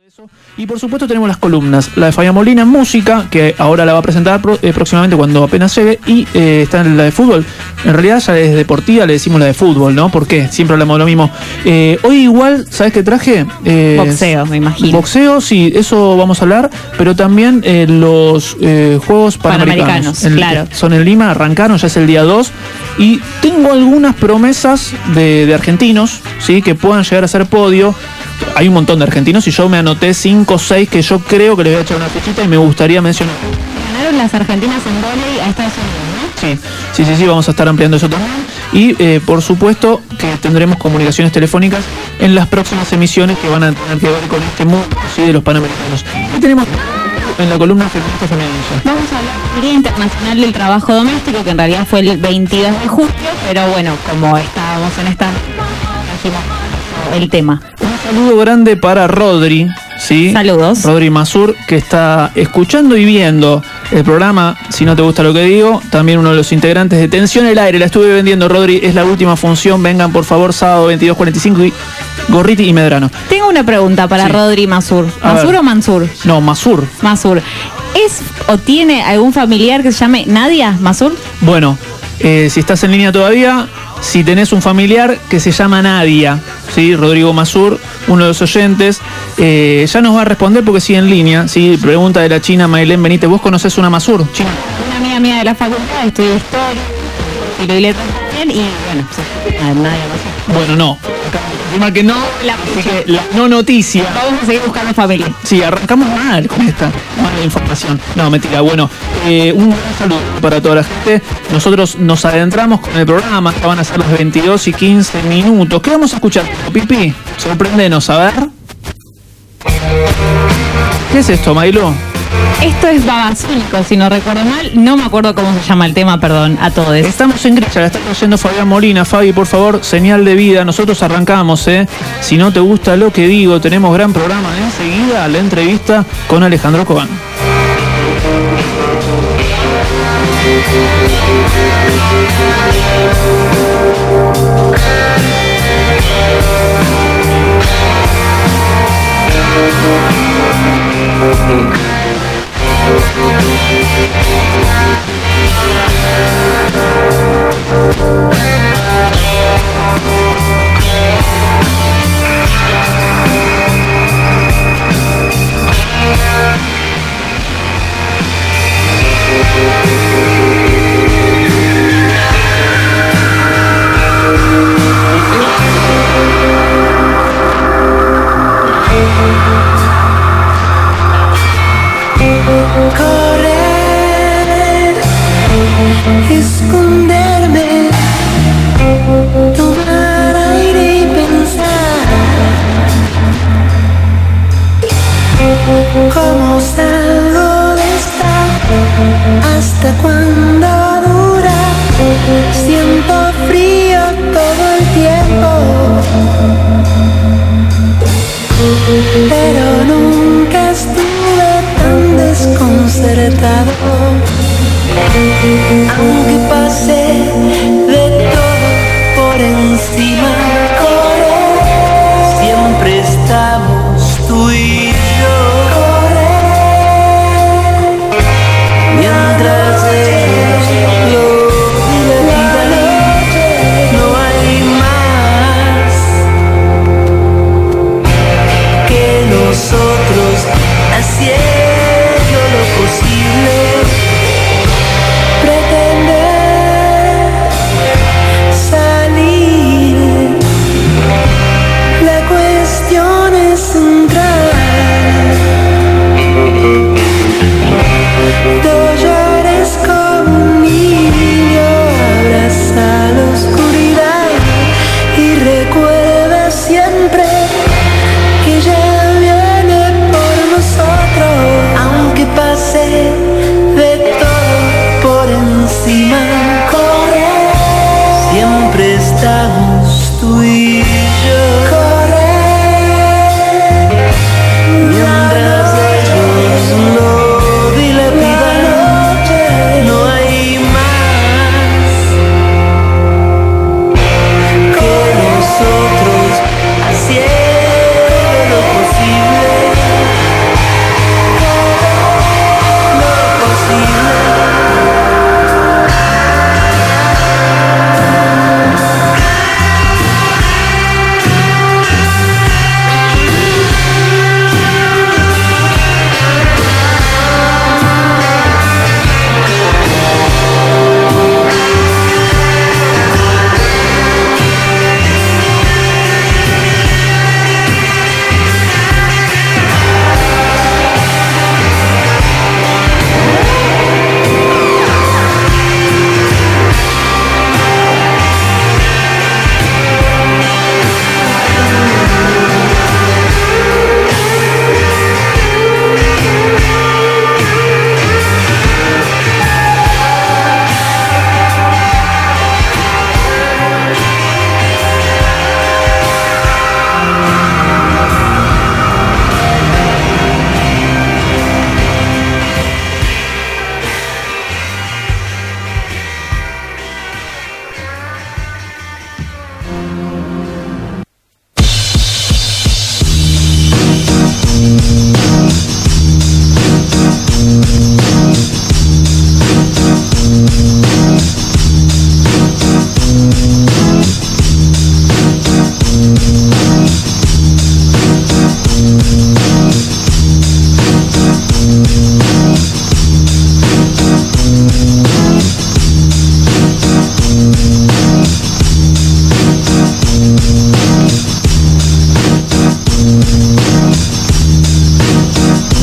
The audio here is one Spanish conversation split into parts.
Y por supuesto tenemos las columnas, la de Fabián Molina, música, que ahora la va a presentar próximamente cuando apenas llegue, y está en la de fútbol. En realidad ya es deportiva, le decimos la de fútbol, ¿no? ¿Por qué? Siempre hablamos de lo mismo. Hoy igual, ¿sabes qué traje? Boxeo, me imagino. Boxeo, sí, eso vamos a hablar, pero también los Juegos Panamericanos. Claro. Son en Lima, arrancaron, ya es el día 2, y tengo algunas promesas de argentinos, ¿sí? Que puedan llegar a ser podio. Hay un montón de argentinos y yo me anoté 5 o 6 que yo creo que les voy a echar una fichita y me gustaría mencionar. Ganaron las argentinas en vóley a Estados Unidos, ¿no? Sí, vamos a estar ampliando eso también. Y por supuesto que tendremos comunicaciones telefónicas en las próximas emisiones que van a tener que ver con este mundo, ¿sí? De los Panamericanos. Y tenemos en la columna feminista femenina. Vamos a hablar del Día Internacional del Trabajo Doméstico, que en realidad fue el 22 de julio, pero bueno, como estábamos en esta, trajimos el tema. Un saludo grande para Rodri, ¿sí? Saludos. Rodri Mazur, que está escuchando y viendo el programa. Si no te gusta lo que digo, también uno de los integrantes de Tensión el Aire. La estuve vendiendo, Rodri, es la última función. Vengan, por favor, sábado 22:45 y Gorriti y Medrano. Tengo una pregunta para Rodri Mazur. ¿Mazur o Mansur? No, Mazur. Mazur. ¿Es o tiene algún familiar que se llame Nadia Mazur? Bueno, si estás en línea todavía, si tenés un familiar que se llama Nadia, ¿sí? Rodrigo Mazur, uno de los oyentes, ya nos va a responder porque sigue en línea, ¿sí? Pregunta de la China Maylén Benítez. ¿Vos conocés una Mazur, China? Una amiga mía de la facultad, estudió historia, y letras también, y bueno, Nadia Mazur. Bueno, no. Que no, la no noticia. Vamos a seguir buscando familia. Sí, arrancamos mal con esta mala información. No, mentira. Bueno, un gran saludo para toda la gente. Nosotros nos adentramos con el programa. Van a ser las 22:15. ¿Qué vamos a escuchar, Pipi? Sorpréndenos, a ver. ¿Qué es esto, Mailo? Esto es Babasónico, si no recuerdo mal. No me acuerdo cómo se llama el tema, perdón, a todos. Estamos en Grilla, la está trayendo Fabián Molina. Fabi, por favor, señal de vida. Nosotros arrancamos, Si no te gusta lo que digo, tenemos gran programa. Enseguida la entrevista con Alejandro Cobán. Correr, esconderme, tomar aire y pensar. ¿Cómo salgo de esta? ¿Hasta cuándo dura? Siento frío todo el tiempo, pero nunca estuve tan desconcertado. Aunque pasé de todo por encima, correr, siempre estamos tú y yo. Correr, mientras ellos lo olvidan, no hay más que nosotros haciendo lo posible.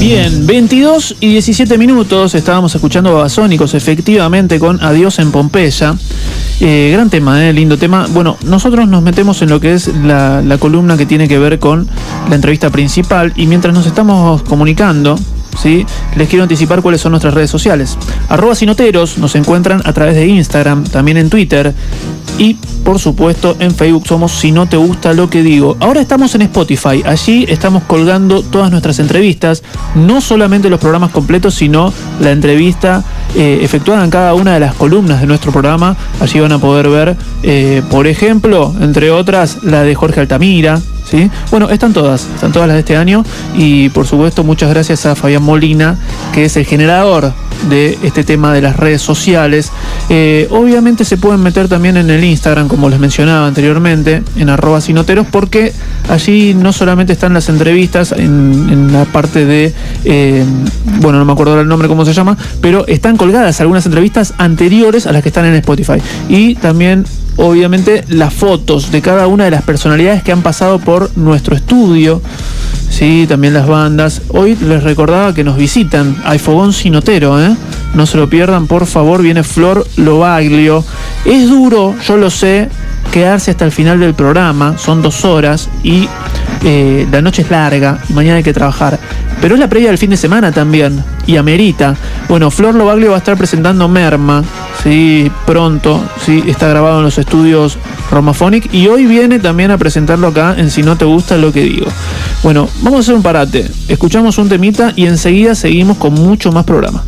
Bien, 22 y 17 minutos, estábamos escuchando Babasónicos, efectivamente, con Adiós en Pompeya. Gran tema, lindo tema. Bueno, nosotros nos metemos en lo que es la columna que tiene que ver con la entrevista principal, y mientras nos estamos comunicando, ¿sí?, les quiero anticipar cuáles son nuestras redes sociales. @sinoteros, nos encuentran a través de Instagram, también en Twitter, y por supuesto en Facebook somos Si No Te Gusta Lo Que Digo. Ahora estamos en Spotify, allí estamos colgando todas nuestras entrevistas, no solamente los programas completos, sino la entrevista efectuada en cada una de las columnas de nuestro programa. Allí van a poder ver, por ejemplo, entre otras, la de Jorge Altamira, ¿sí? Bueno, están todas las de este año, y por supuesto muchas gracias a Fabián Molina, que es el generador de este tema de las redes sociales. Obviamente se pueden meter también en el Instagram, como les mencionaba anteriormente, en @sinoteros, porque allí no solamente están las entrevistas en la parte de, bueno, no me acuerdo el nombre, cómo se llama, pero están colgadas algunas entrevistas anteriores a las que están en Spotify, y también obviamente las fotos de cada una de las personalidades que han pasado por nuestro estudio, sí, también las bandas. Hoy les recordaba que nos visitan hay Fogón Sinotero, no se lo pierdan, por favor. Viene Flor Lobaglio. Es duro, yo lo sé, quedarse hasta el final del programa, son 2 horas, y la noche es larga y mañana hay que trabajar, pero es la previa del fin de semana también, y amerita. Bueno, Flor Lobaglio va a estar presentando Merma, sí, pronto, sí, está grabado en los estudios Romaphonic, y hoy viene también a presentarlo acá en Si No Te Gusta Lo Que Digo. Bueno, vamos a hacer un parate, escuchamos un temita y enseguida seguimos con mucho más programa.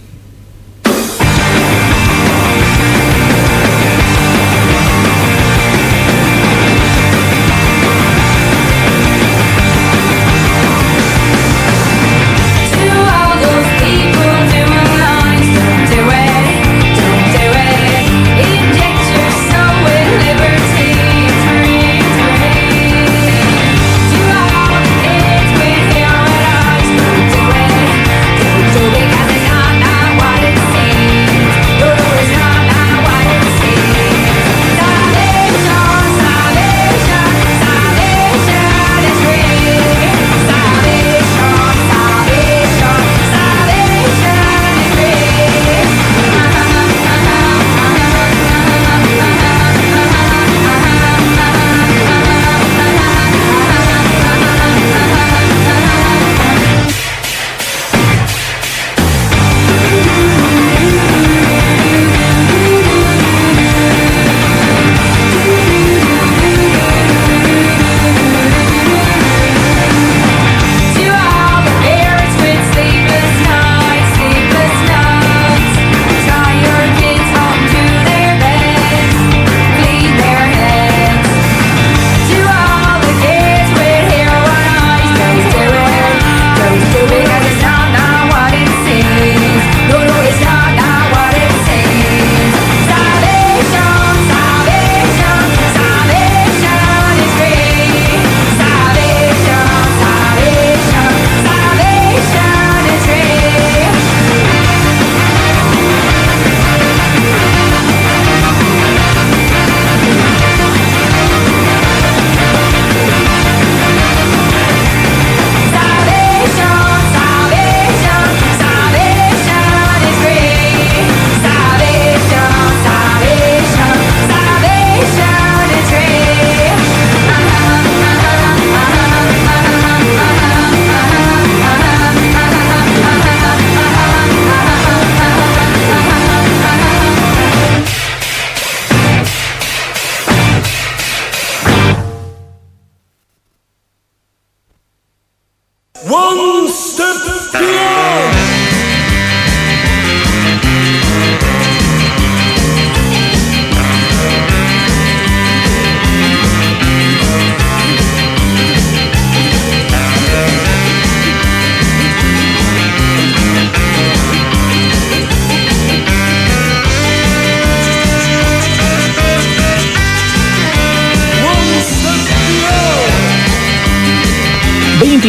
One step beyond.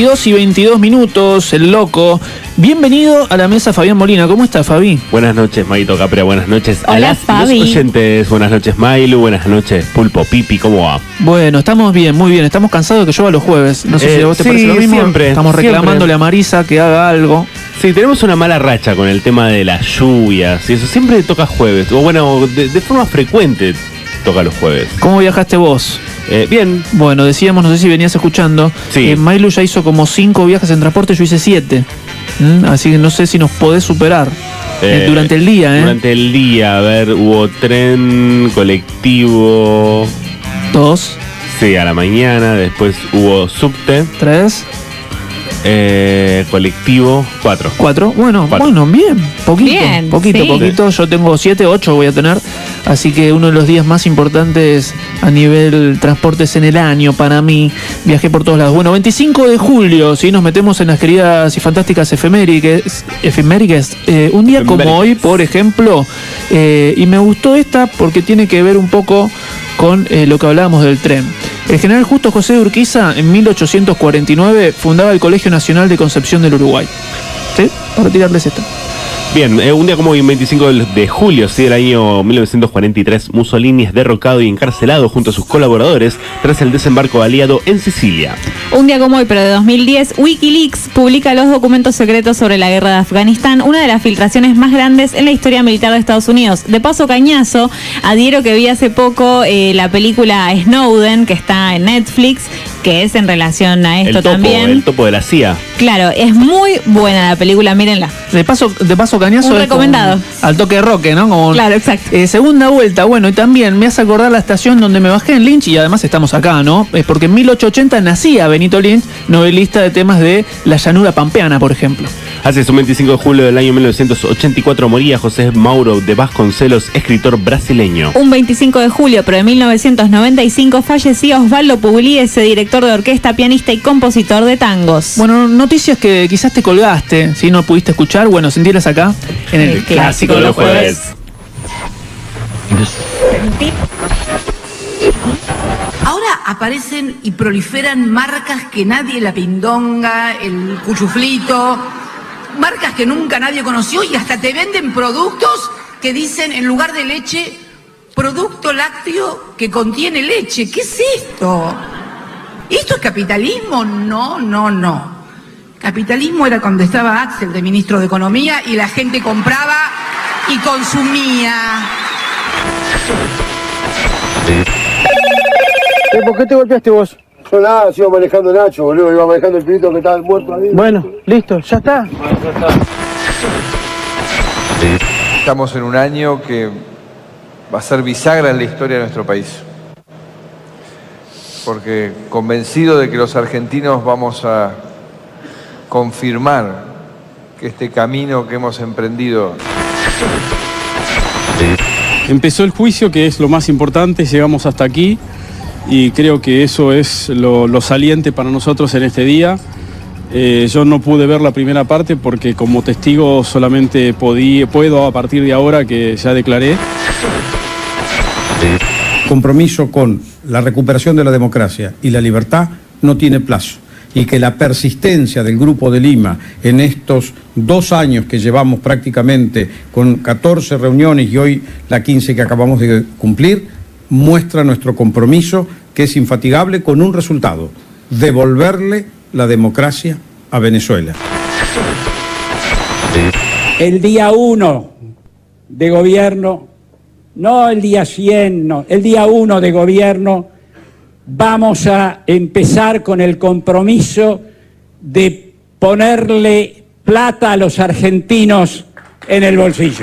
22:22, el loco. Bienvenido a la mesa, Fabián Molina. ¿Cómo estás, Fabi? Buenas noches, Maguito Capria. Buenas noches a Hola, Fabi. los oyentes. Buenas noches, Mailu. Buenas noches, Pulpo Pipi. ¿Cómo va? Bueno, estamos bien, muy bien. Estamos cansados de que llueva los jueves. No sé si a vos te parece lo mismo. Siempre. Estamos reclamándole a Marisa que haga algo. Sí, tenemos una mala racha con el tema de las lluvias y eso. Siempre toca jueves. O bueno, de forma frecuente toca los jueves. ¿Cómo viajaste vos? Bien. Bueno, decíamos, no sé si venías escuchando, Sí. Mailu ya hizo como 5 viajes en transporte, yo hice 7. Así que no sé si nos podés superar durante el día. Durante el día, a ver, hubo tren, colectivo. 2, Sí, a la mañana. Después hubo subte, 3, colectivo, 4. 4. Bueno, 4. bueno, bien. Poquito, Bien, poquito, sí. poquito. Yo tengo 7, 8 voy a tener. Así que uno de los días más importantes a nivel transportes en el año para mí. Viajé por todos lados. Bueno, 25 de julio, ¿sí? Nos metemos en las queridas y fantásticas efemérides. Un día como hoy, por ejemplo. Y me gustó esta porque tiene que ver un poco con lo que hablábamos del tren. El general Justo José de Urquiza, en 1849, fundaba el Colegio Nacional de Concepción del Uruguay. ¿Sí? Para tirarles esta. Bien, un día como hoy, 25 de julio, sí, del año 1943, Mussolini es derrocado y encarcelado junto a sus colaboradores tras el desembarco aliado en Sicilia. Un día como hoy, pero de 2010, Wikileaks publica los documentos secretos sobre la guerra de Afganistán, una de las filtraciones más grandes en la historia militar de Estados Unidos. De paso, cañazo, adhiero que vi hace poco la película Snowden, que está en Netflix, que es en relación a esto también. El topo de la CIA. Claro, es muy buena la película, mírenla. De paso cañazo. Un es recomendado. Al toque de roque, ¿no? Como, Claro, exacto. Segunda vuelta, bueno, y también me hace acordar la estación donde me bajé en Lynch, y además estamos acá, ¿no? Porque en 1880 nacía Benito Lynch, novelista de temas de la llanura pampeana, por ejemplo. Así es, un 25 de julio del año 1984 moría José Mauro de Vasconcelos, escritor brasileño. Un 25 de julio, pero de 1995, fallecía Osvaldo Pugliese, director de orquesta, pianista y compositor de tangos. Bueno, noticias que quizás te colgaste, si no pudiste escuchar, bueno, sentílas acá en el Clásico de los jueves. Ahora aparecen y proliferan marcas que nadie, la pindonga, el cuchuflito, marcas que nunca nadie conoció, y hasta te venden productos que dicen en lugar de leche, producto lácteo que contiene leche. ¿Qué es esto? ¿Esto es capitalismo? No, no, no. Capitalismo era cuando estaba Axel de ministro de Economía y la gente compraba y consumía. ¿Por qué te golpeaste vos? Yo nada, sigo manejando Nacho, boludo, iba manejando el pibito que estaba muerto ahí. Bueno, listo, ya está. Estamos en un año que va a ser bisagra en la historia de nuestro país. Porque convencido de que los argentinos vamos a confirmar que este camino que hemos emprendido. Empezó el juicio, que es lo más importante, llegamos hasta aquí y creo que eso es lo saliente para nosotros en este día. Yo no pude ver la primera parte porque como testigo solamente puedo a partir de ahora que ya declaré. Compromiso con la recuperación de la democracia y la libertad no tiene plazo, y que la persistencia del Grupo de Lima en estos 2 años que llevamos prácticamente con 14 reuniones y hoy la 15 que acabamos de cumplir, muestra nuestro compromiso, que es infatigable, con un resultado: devolverle la democracia a Venezuela. El día 1 de gobierno, no el día 100, no, el día 1 de gobierno, vamos a empezar con el compromiso de ponerle plata a los argentinos en el bolsillo.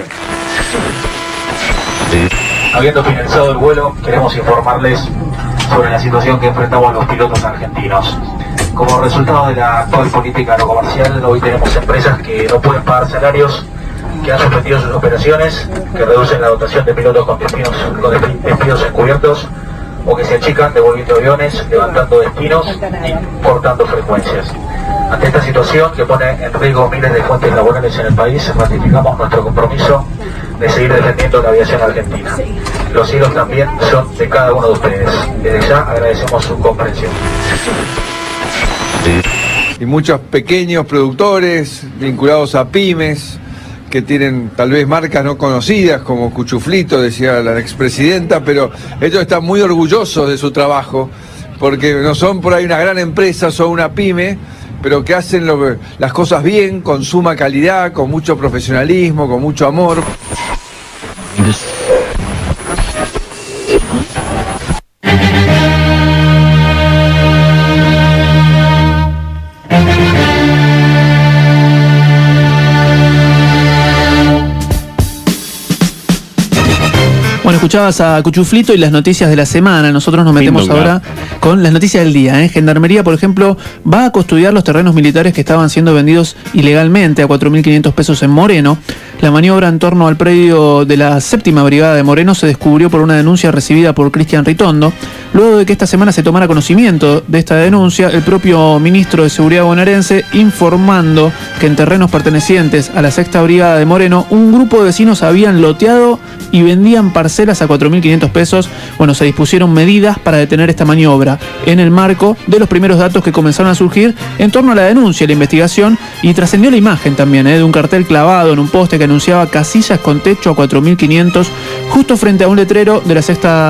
Habiendo finalizado el vuelo, queremos informarles sobre la situación que enfrentamos los pilotos argentinos. Como resultado de la actual política no comercial, hoy tenemos empresas que no pueden pagar salarios, que han suspendido sus operaciones, que reducen la dotación de pilotos con despidos encubiertos, o que se achican devolviendo aviones, levantando destinos y cortando frecuencias. Ante esta situación que pone en riesgo miles de fuentes laborales en el país, ratificamos nuestro compromiso de seguir defendiendo la aviación argentina. Los cielos también son de cada uno de ustedes. Desde ya agradecemos su comprensión. y muchos pequeños productores vinculados a pymes que tienen tal vez marcas no conocidas como Cuchuflito, decía la expresidenta, pero ellos están muy orgullosos de su trabajo porque no son por ahí una gran empresa, son una pyme, pero que hacen las cosas bien, con suma calidad, con mucho profesionalismo, con mucho amor. Bueno, escuchabas a Cuchuflito y las noticias de la semana. Nosotros nos metemos ahora con las noticias del día. Gendarmería, por ejemplo, va a custodiar los terrenos militares que estaban siendo vendidos ilegalmente a 4.500 pesos en Moreno. La maniobra en torno al predio de la 7ª Brigada de Moreno se descubrió por una denuncia recibida por Cristian Ritondo. Luego de que esta semana se tomara conocimiento de esta denuncia, el propio ministro de Seguridad bonaerense informando que en terrenos pertenecientes a la 6ª Brigada de Moreno, un grupo de vecinos habían loteado y vendían parcelas a 4.500 pesos. Bueno, se dispusieron medidas para detener esta maniobra en el marco de los primeros datos que comenzaron a surgir en torno a la denuncia y la investigación, y trascendió la imagen también de un cartel clavado en un poste que anunciaba casillas con techo a 4.500 justo frente a un letrero de la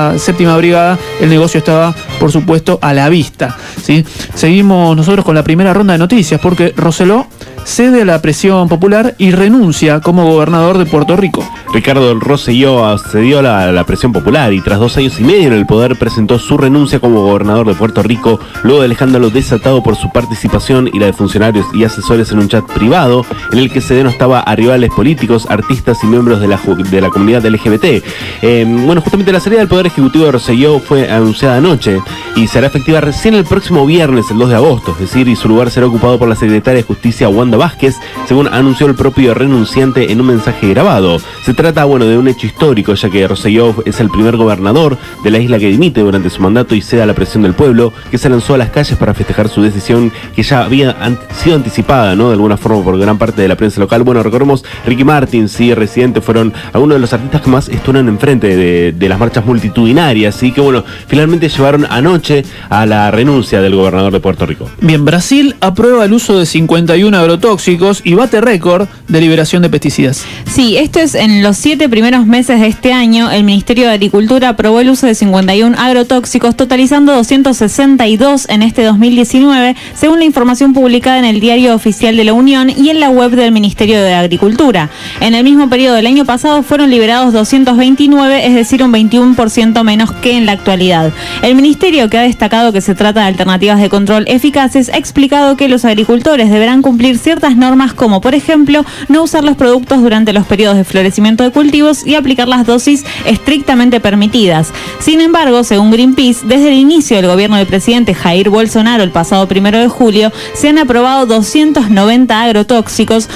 7ª Brigada. El negocio estaba, por supuesto, a la vista, ¿sí? Seguimos nosotros con la primera ronda de noticias porque Rosselló cede a la presión popular y renuncia como gobernador de Puerto Rico. Ricardo Rosselló accedió a la presión popular y tras 2 años y medio en el poder presentó su renuncia como gobernador de Puerto Rico luego del escándalo desatado por su participación y la de funcionarios y asesores en un chat privado en el que se denostaba a rivales políticos, artistas y miembros de la comunidad LGBT. Bueno, justamente la salida del Poder Ejecutivo de Rosselló fue anunciada anoche y será efectiva recién el próximo viernes, el 2 de agosto, es decir, y su lugar será ocupado por la secretaria de Justicia, Wanda Vázquez, según anunció el propio renunciante en un mensaje grabado. Se trata, bueno, de un hecho histórico, ya que Rosselló es el primer gobernador de la isla que dimite durante su mandato y cede a la presión del pueblo, que se lanzó a las calles para festejar su decisión, que ya había sido anticipada, ¿no?, de alguna forma por gran parte de la prensa local. Bueno, recordemos, Ricky Martin, sí, Residente, fueron algunos de los artistas que más estuvieron enfrente de las marchas multitudinarias, así que, bueno, finalmente llevaron anoche a la renuncia del gobernador de Puerto Rico. Bien, Brasil aprueba el uso de 51 agrotóxicos y bate récord de liberación de pesticidas. Sí, esto es en los 7 primeros meses de este año. El Ministerio de Agricultura aprobó el uso de 51 agrotóxicos, totalizando 262 en este 2019, según la información publicada en el Diario Oficial de la Unión y en la web del Ministerio de Agricultura. En el mismo periodo del año pasado fueron liberados 229, es decir, un 21% menos que en la actualidad. El Ministerio, que ha destacado que se trata de alternativas de control eficaces, ha explicado que los agricultores deberán cumplir ciertas normas como, por ejemplo, no usar los productos durante los periodos de florecimiento de cultivos y aplicar las dosis estrictamente permitidas. Sin embargo, según Greenpeace, desde el inicio del gobierno del presidente Jair Bolsonaro el pasado 1 de julio, se han aprobado 290 agrotóxicos,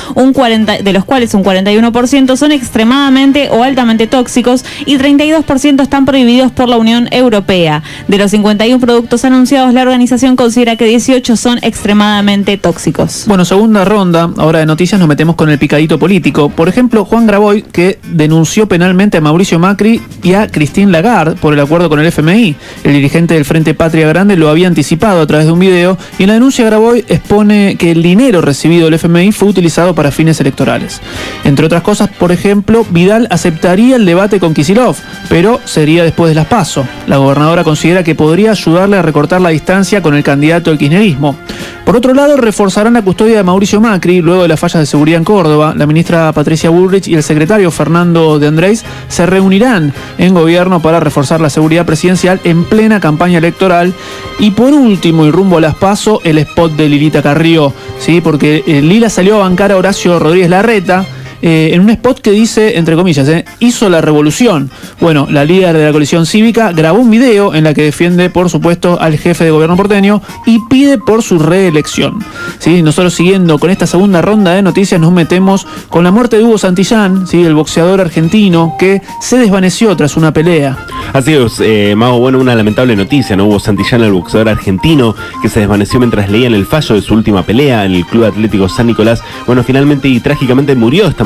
de los cuales un 41% son extremadamente o altamente tóxicos y 32% están prohibidos por la Unión Europea. De los 51 productos anunciados, la organización considera que 18 son extremadamente tóxicos. Bueno, segunda ronda, ahora de noticias nos metemos con el picadito político. Por ejemplo, Juan Graboy, que denunció penalmente a Mauricio Macri y a Christine Lagarde por el acuerdo con el FMI. El dirigente del Frente Patria Grande lo había anticipado a través de un video y en la denuncia Graboy expone que el dinero recibido del FMI fue utilizado para fines electorales. Entre otras cosas, por ejemplo, Vidal aceptaría el debate con Kicillof, pero sería después de las PASO. La gobernadora considera que podría ayudarle a recortar la distancia con el candidato del kirchnerismo. Por otro lado, reforzarán la custodia de Mauricio Macri luego de las fallas de seguridad en Córdoba. La ministra Patricia Bullrich y el secretario Fernando de Andrés se reunirán en gobierno para reforzar la seguridad presidencial en plena campaña electoral. Y por último, y rumbo a las PASO, el spot de Lilita Carrió, ¿sí? Porque Lila salió a bancar a Horacio Rodríguez Larreta en un spot que dice, entre comillas, hizo la revolución. Bueno, la líder de la coalición cívica grabó un video en la que defiende, por supuesto, al jefe de gobierno porteño y pide por su reelección. ¿Sí? Nosotros, siguiendo con esta segunda ronda de noticias, nos metemos con la muerte de Hugo Santillán, ¿sí? El boxeador argentino que se desvaneció tras una pelea. Así es, Mago, bueno, una lamentable noticia, ¿no? Hugo Santillán, el boxeador argentino que se desvaneció mientras leían el fallo de su última pelea en el Club Atlético San Nicolás. Bueno, finalmente y trágicamente murió esta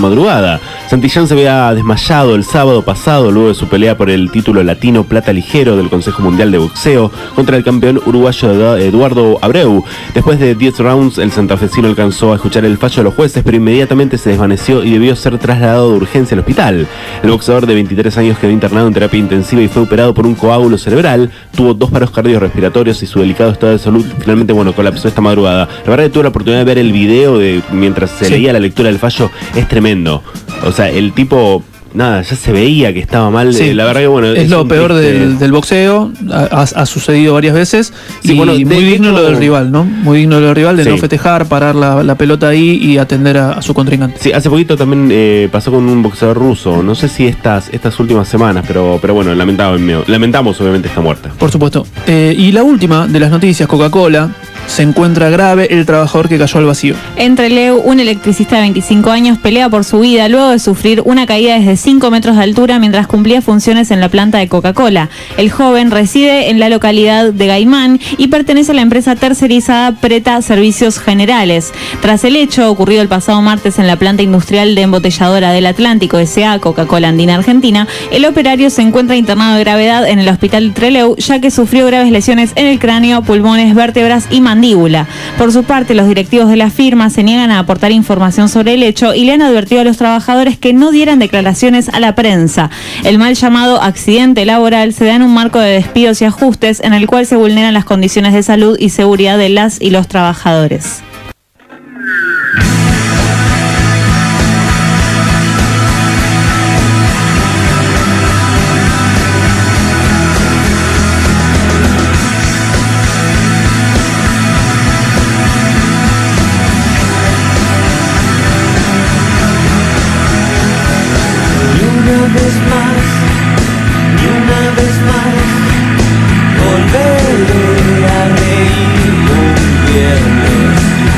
madrugada. Santillán se había desmayado el sábado pasado luego de su pelea por el título latino plata ligero del Consejo Mundial de Boxeo contra el campeón uruguayo Eduardo Abreu. Después de 10 rounds, el santafesino alcanzó a escuchar el fallo de los jueces, pero inmediatamente se desvaneció y debió ser trasladado de urgencia al hospital. El boxeador de 23 años quedó internado en terapia intensiva y fue operado por un coágulo cerebral, tuvo 2 paros cardiorrespiratorios y su delicado estado de salud finalmente, colapsó esta madrugada. La verdad que tuve la oportunidad de ver el video de mientras se leía la lectura del fallo, es tremendo. O sea, el tipo, nada, ya se veía que estaba mal. Sí, la verdad que es lo peor del boxeo, ha sucedido varias veces. Sí, y muy digno lo del rival, ¿no? Muy digno lo del rival de no festejar, parar la pelota ahí y atender a su contrincante. Sí, hace poquito también pasó con un boxeador ruso, no sé si estas últimas semanas, pero bueno, lamentamos obviamente esta muerte. Por supuesto. Y la última de las noticias, Coca-Cola. Se encuentra grave el trabajador que cayó al vacío. En Trelew, un electricista de 25 años pelea por su vida luego de sufrir una caída desde 5 metros de altura mientras cumplía funciones en la planta de Coca-Cola. El joven reside en la localidad de Gaimán y pertenece a la empresa tercerizada Preta Servicios Generales. Tras el hecho ocurrido el pasado martes en la planta industrial de embotelladora del Atlántico S.A. Coca-Cola Andina Argentina, el operario se encuentra internado de gravedad en el hospital de Trelew, ya que sufrió graves lesiones en el cráneo, pulmones, vértebras y mandíbula. Por su parte, los directivos de la firma se niegan a aportar información sobre el hecho y le han advertido a los trabajadores que no dieran declaraciones a la prensa. El mal llamado accidente laboral se da en un marco de despidos y ajustes en el cual se vulneran las condiciones de salud y seguridad de las y los trabajadores. Volveré a reír un viernes.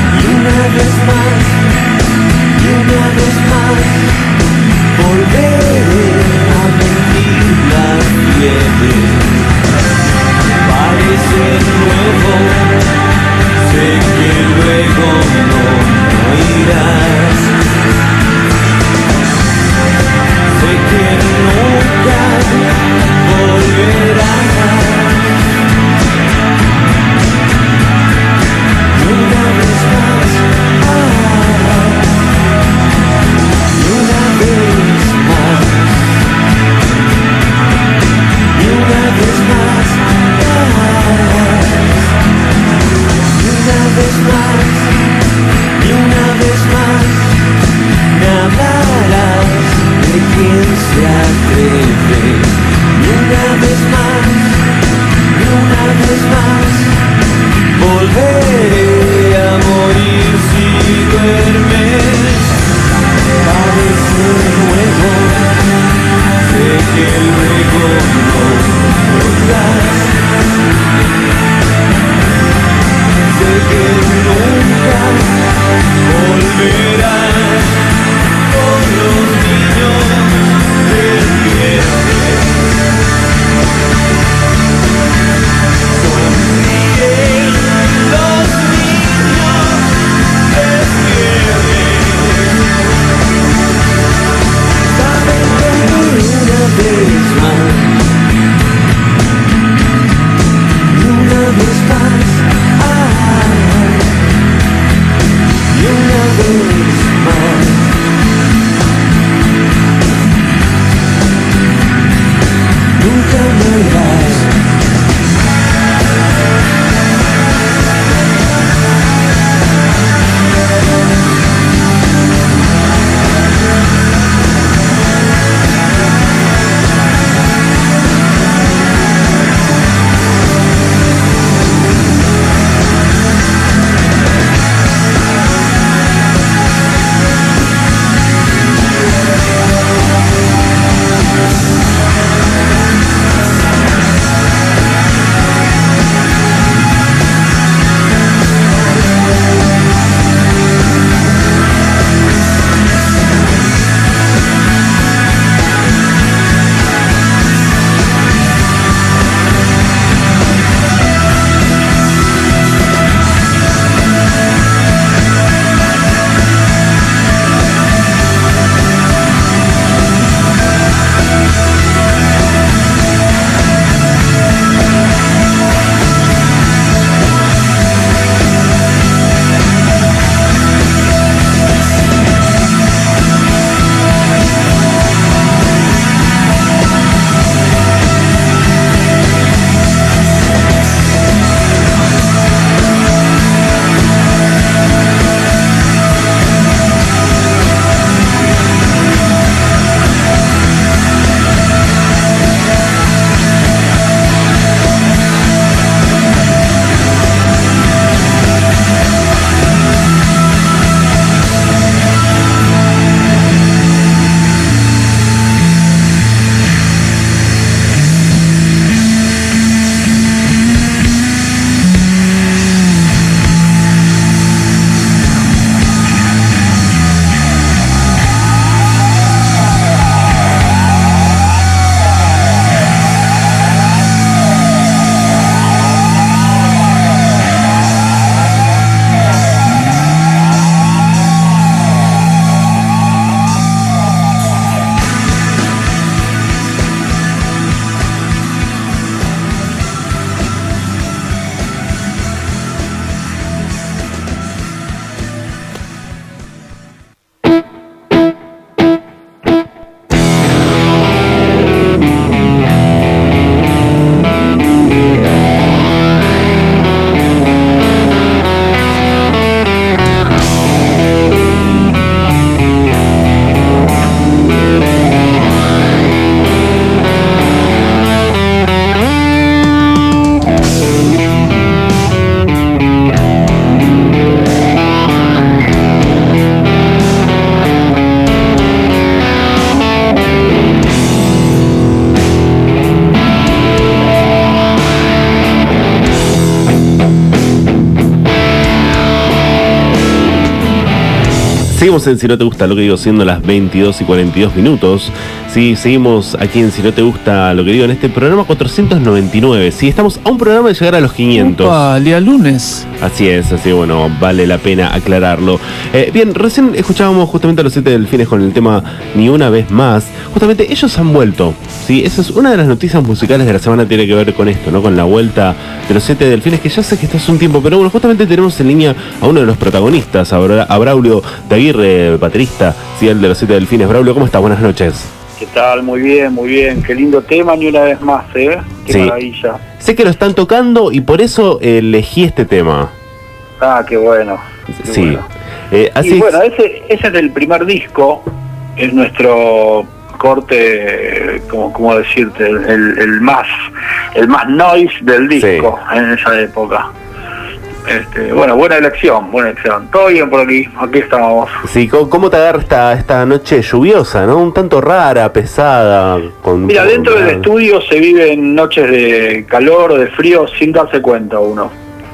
Seguimos en Si No Te Gusta Lo Que Digo, siendo las 22:42. Sí, seguimos aquí en Si No Te Gusta Lo Que Digo en este programa 499. Sí, estamos a un programa de llegar a los 500. Opa, el día lunes. Así es, así bueno, vale la pena aclararlo. Bien, recién escuchábamos justamente a los 7 Delfines con el tema Ni Una Vez Más. Justamente ellos han vuelto. Sí, esa es una de las noticias musicales de la semana, tiene que ver con esto, ¿no? Con la vuelta de los 7 Delfines, que ya sé que esto es un tiempo, pero bueno, justamente tenemos en línea a uno de los protagonistas, a Braulio de Aguirre, baterista, sí, el de los 7 Delfines. Braulio, ¿cómo estás? Buenas noches. ¿Qué tal? Muy bien, muy bien. Qué lindo tema, Ni Una Vez Más, ¿eh? Qué sí. Maravilla. Sé que lo están tocando y por eso elegí este tema. Ah, qué bueno. Qué sí. bueno. Así y bueno, ese es del primer disco, es nuestro corte, como decirte, el más noise del disco, sí, en esa época. Bueno, buena elección. Todo bien por aquí estamos. Sí, ¿cómo te agarra esta noche lluviosa, no? Un tanto rara, pesada. Mira, dentro del estudio se viven noches de calor o de frío sin darse cuenta uno.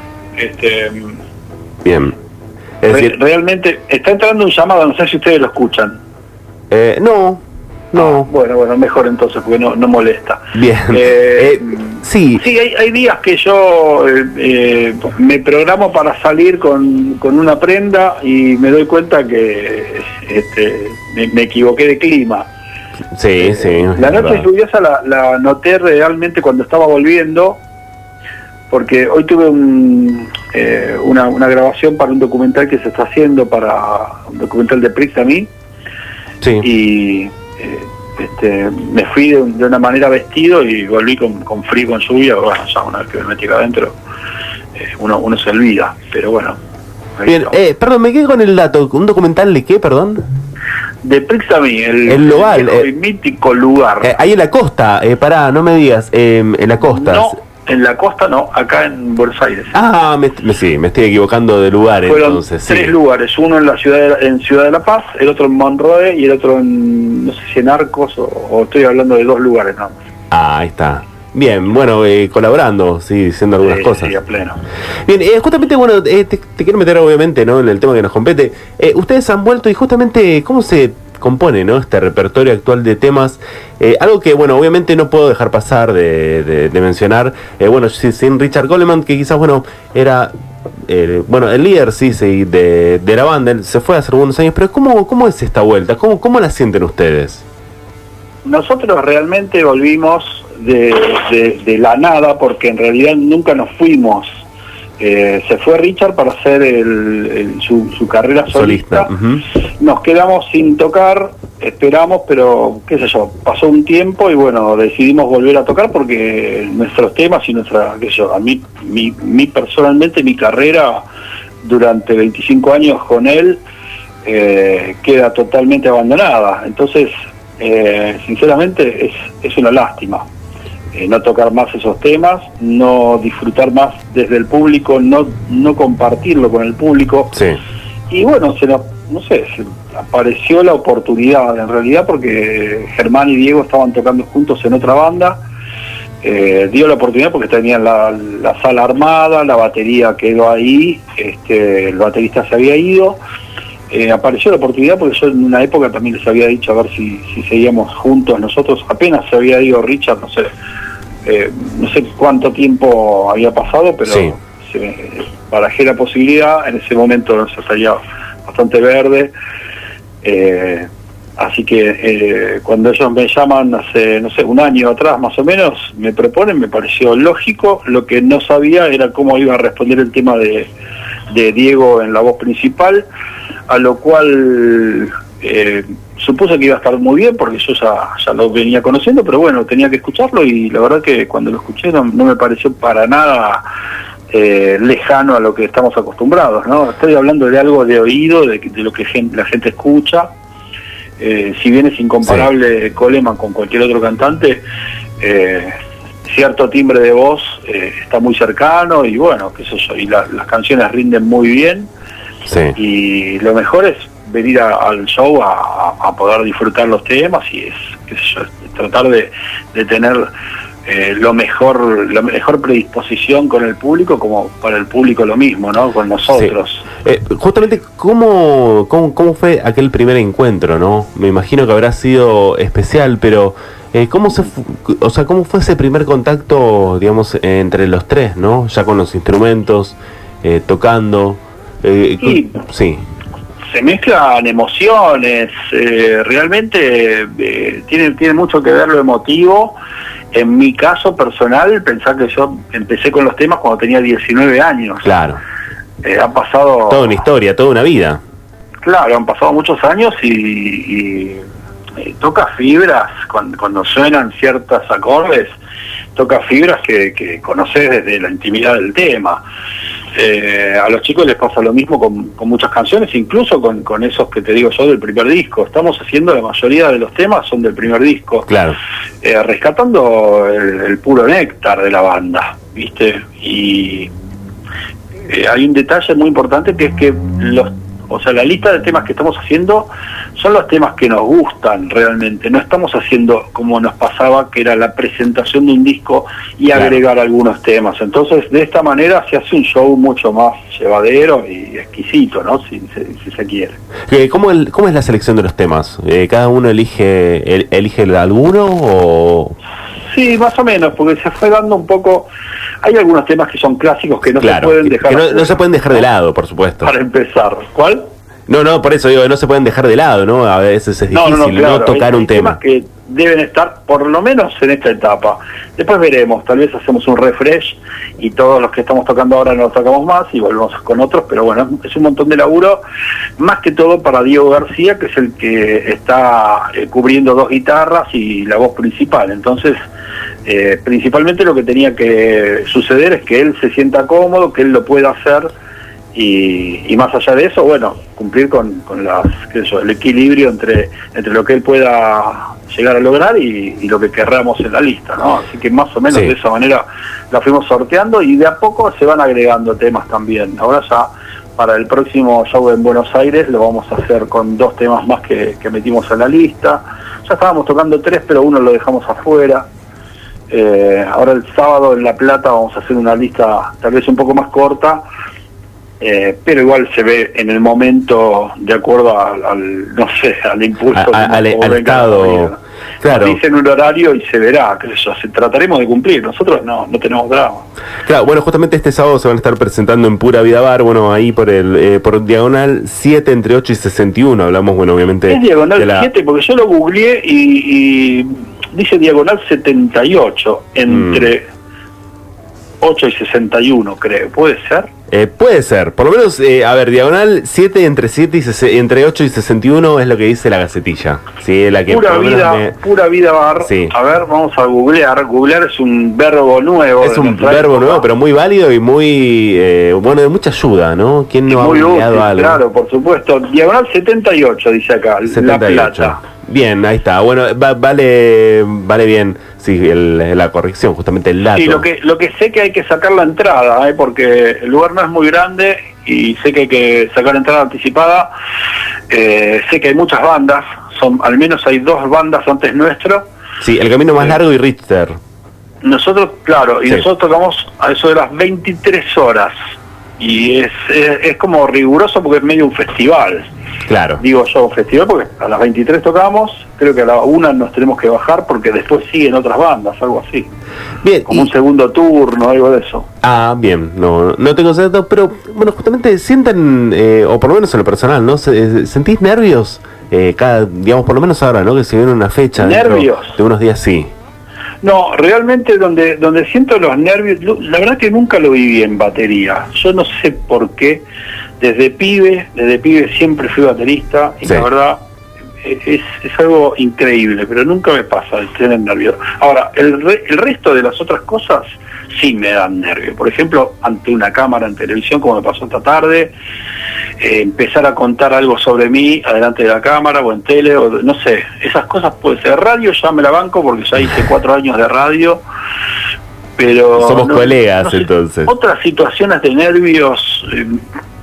Bien. Es decir, realmente está entrando un llamado, no sé si ustedes lo escuchan. No. Bueno, mejor entonces, porque no molesta. Bien. Sí. Sí, hay días que yo me programo para salir con una prenda y me doy cuenta que me equivoqué de clima. Sí. La noche lluviosa la noté realmente cuando estaba volviendo, porque hoy tuve una grabación para un documental que se está haciendo, para un documental de Prix a mí. Sí. Y me fui de una manera vestido y volví con frío, con lluvia. Bueno, ya una vez que me metí acá adentro, uno se olvida, pero bueno. Bien, perdón, me quedé con el dato. ¿Un documental de qué, perdón? De Prix a mí, el lugar, el mítico lugar. Ahí en la costa, pará, no me digas, en la costa. No, en la costa no, acá en Buenos Aires. Ah, sí, me estoy equivocando de lugar. Fueron entonces. Tres lugares, uno en Ciudad de La Paz, el otro en Monroe y el otro en, no sé si en Arcos, o estoy hablando de dos lugares nada más. Ah, ahí está. Bien, bueno, colaborando, sí, diciendo algunas cosas. Sí, a pleno. Bien, justamente, bueno, te quiero meter obviamente, ¿no?, en el tema que nos compete. Ustedes han vuelto y justamente, ¿cómo se compone, ¿no?, este repertorio actual de temas? Algo que, bueno, obviamente no puedo dejar pasar de mencionar, bueno, sin Richard Coleman, que quizás, bueno, era... el líder de la banda, él se fue hace algunos años, pero ¿cómo es esta vuelta? ¿Cómo la sienten ustedes? Nosotros realmente volvimos de la nada, porque en realidad nunca nos fuimos. Se fue Richard para hacer su carrera solista. Uh-huh. Nos quedamos sin tocar, esperamos, pero qué sé yo, pasó un tiempo y bueno, decidimos volver a tocar porque nuestros temas y nuestra, qué sé yo, a mí personalmente, mi carrera durante 25 años con él queda totalmente abandonada. Entonces, sinceramente es una lástima. No tocar más esos temas, no disfrutar más desde el público, no compartirlo con el público. Sí. Y bueno, se apareció la oportunidad en realidad, porque Germán y Diego estaban tocando juntos en otra banda. Dio la oportunidad porque tenían la sala armada, la batería quedó ahí, el baterista se había ido. Apareció la oportunidad porque yo en una época también les había dicho a ver si seguíamos juntos nosotros. Apenas se había ido Richard, no sé cuánto tiempo había pasado, pero sí, barajé la posibilidad. En ese momento se salía bastante verde, así que cuando ellos me llaman hace, no sé, un año atrás más o menos, me proponen, me pareció lógico. Lo que no sabía era cómo iba a responder el tema de Diego en la voz principal, a lo cual supuse que iba a estar muy bien porque yo ya lo venía conociendo, pero bueno, tenía que escucharlo y la verdad que cuando lo escuché no me pareció para nada lejano a lo que estamos acostumbrados, ¿no? Estoy hablando de algo de oído, de lo que la gente escucha. Si bien es incomparable, sí, Coleman con cualquier otro cantante, cierto timbre de voz está muy cercano y bueno, qué sé yo, y las canciones rinden muy bien. Sí. Y lo mejor es venir al show a poder disfrutar los temas y es tratar de tener la mejor predisposición con el público, como para el público lo mismo, ¿no? Con nosotros. Sí. Justamente, ¿cómo fue aquel primer encuentro, no? Me imagino que habrá sido especial, pero ¿cómo fue ese primer contacto, digamos, entre los tres, ¿no? Ya con los instrumentos, tocando. Sí. Se mezclan emociones, realmente tiene mucho que ver lo emotivo. En mi caso personal, pensar que yo empecé con los temas cuando tenía 19 años. Claro. Ha pasado... Toda una historia, toda una vida. Claro, han pasado muchos años y toca fibras cuando suenan ciertos acordes, toca fibras que conoces desde la intimidad del tema. A los chicos les pasa lo mismo con muchas canciones, incluso con esos que te digo yo del primer disco. Estamos haciendo, la mayoría de los temas son del primer disco. Claro. Rescatando el puro néctar de la banda, ¿viste? Y hay un detalle muy importante, que es que la lista de temas que estamos haciendo son los temas que nos gustan realmente. No estamos haciendo como nos pasaba, que era la presentación de un disco y agregar algunos temas. Entonces, de esta manera se hace un show mucho más llevadero y exquisito, ¿no? Si se quiere. ¿Cómo es la selección de los temas? ¿Cada uno elige alguno o...? Sí, más o menos, porque se fue dando un poco... Hay algunos temas que son clásicos que no se pueden dejar... Que no se pueden dejar de lado, por supuesto. Para empezar. ¿Cuál? No, por eso digo, no se pueden dejar de lado, ¿no? A veces es difícil no tocar un tema. Hay temas que deben estar, por lo menos en esta etapa. Después veremos, tal vez hacemos un refresh y todos los que estamos tocando ahora no los tocamos más y volvemos con otros, pero bueno, es un montón de laburo, más que todo para Diego García, que es el que está cubriendo dos guitarras y la voz principal. Entonces, principalmente lo que tenía que suceder es que él se sienta cómodo, que él lo pueda hacer. Y más allá de eso, bueno, cumplir con el equilibrio entre lo que él pueda llegar a lograr y lo que querramos en la lista, ¿no? Así que más o menos de esa manera la fuimos sorteando y de a poco se van agregando temas también. Ahora ya para el próximo show en Buenos Aires lo vamos a hacer con 2 temas más que metimos en la lista. Ya estábamos tocando 3, pero uno lo dejamos afuera. Ahora el sábado en La Plata vamos a hacer una lista tal vez un poco más corta, pero igual se ve en el momento de acuerdo al impulso, al estado. Claro. Dicen un horario y se verá, trataremos de cumplir. Nosotros no tenemos drama. Claro, bueno, justamente este sábado se van a estar presentando en Pura Vida Bar, bueno, ahí por Diagonal 7 entre 8 y 61, hablamos, bueno, obviamente... Es Diagonal 7, porque yo lo googleé y dice Diagonal 78, entre 8 y 61, creo, ¿puede ser? Puede ser, por lo menos, Diagonal 7 entre 8 y 61 es lo que dice la Gacetilla. Sí, la que Pura Vida Bar. Sí. A ver, vamos a googlear. Googlear es un verbo nuevo. Es un verbo nuevo, pero muy válido y muy, de mucha ayuda, ¿no? ¿Quién no ha googleado algo? Claro, por supuesto. Diagonal 78, dice acá, 78. La Plata. Bien, ahí está. Bueno, vale bien, sí, la corrección, justamente el dato. Sí, lo que sé que hay que sacar la entrada, porque el lugar no es muy grande y sé que hay que sacar entrada anticipada. Sé que hay muchas bandas, al menos hay 2 bandas antes nuestro. Sí, El Camino Más Largo y Richter. Nosotros, claro, y nosotros tocamos a eso de las 23 horas. Y es como riguroso porque es medio un festival. Claro. Digo yo, festival porque a las 23 tocamos, creo que a la 1 nos tenemos que bajar porque después siguen otras bandas, algo así. Bien. Como un segundo turno, algo de eso. Ah, bien, no tengo ese dato, pero bueno, justamente sienten, o por lo menos en lo personal, ¿no? ¿Sentís nervios? Digamos, por lo menos ahora, ¿no? Que se viene una fecha. ¿Nervios? De unos días, sí. No, realmente donde siento los nervios, la verdad que nunca lo viví en batería. Yo no sé por qué. Desde pibe siempre fui baterista y la verdad es algo increíble, pero nunca me pasa el tener nervios. Ahora, el resto de las otras cosas sí me dan nervios. Por ejemplo, ante una cámara en televisión, como me pasó esta tarde, empezar a contar algo sobre mí adelante de la cámara o en tele, o no sé, esas cosas puede ser. Radio ya me la banco porque ya hice 4 años de radio, pero... Somos colegas, entonces. Otras situaciones de nervios...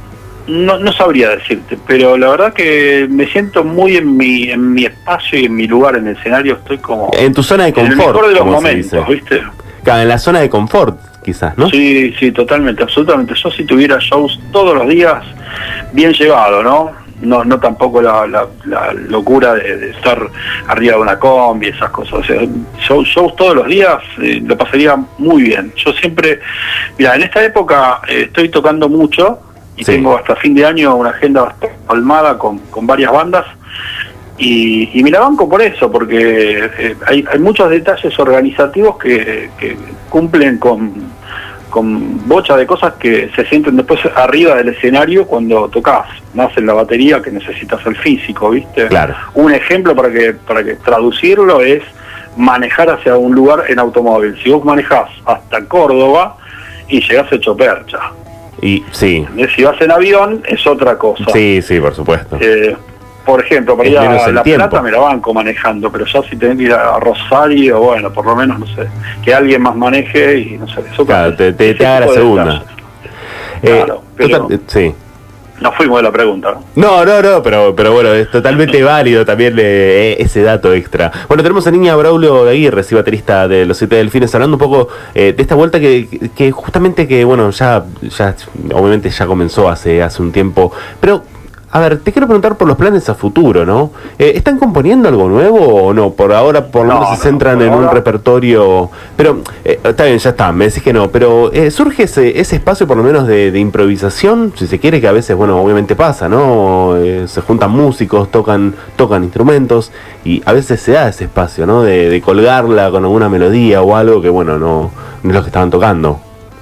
No sabría decirte, pero la verdad que me siento muy en mi espacio y en mi lugar en el escenario. Estoy como en tu zona de confort, en el mejor de los como se momentos, dice. ¿viste? Claro, en la zona de confort, quizás, ¿no? Sí, totalmente, absolutamente. Yo si tuviera shows todos los días, bien llevado, ¿no? No tampoco la locura de estar arriba de una combi, esas cosas. O sea, shows todos los días, lo pasaría muy bien. Yo siempre, mira, en esta época estoy tocando mucho y tengo hasta fin de año una agenda bastante colmada con varias bandas y me la banco por eso, porque hay muchos detalles organizativos que cumplen con bocha de cosas que se sienten después arriba del escenario cuando tocas, más en la batería que necesitas el físico, ¿viste? Claro. Un ejemplo para que traducirlo es manejar hacia un lugar en automóvil. Si vos manejás hasta Córdoba y llegás hecho percha. Y sí. Si vas en avión es otra cosa. Sí, por supuesto. Por ejemplo, para ir a La tiempo. Plata me la banco manejando, pero ya si tenés que ir a Rosario, bueno, por lo menos, no sé, que alguien más maneje y no sé. Eso claro, te haga la segunda. Claro, pero sí. Nos fuimos de la pregunta. No, pero bueno, es totalmente válido también ese dato extra. Bueno, tenemos a Niña Braulio de Aguirre, sí, baterista de Los Siete Delfines, hablando un poco de esta vuelta que justamente que, bueno, ya obviamente ya comenzó hace un tiempo, pero... A ver, te quiero preguntar por los planes a futuro, ¿no? ¿Están componiendo algo nuevo o no? Por ahora, por lo menos se centran en un repertorio... Pero, está bien, ya está, me decís que no. Pero, ¿surge ese espacio por lo menos de improvisación? Si se quiere, que a veces, bueno, obviamente pasa, ¿no? Se juntan músicos, tocan instrumentos y a veces se da ese espacio, ¿no? De colgarla con alguna melodía o algo que, bueno, no es lo que estaban tocando.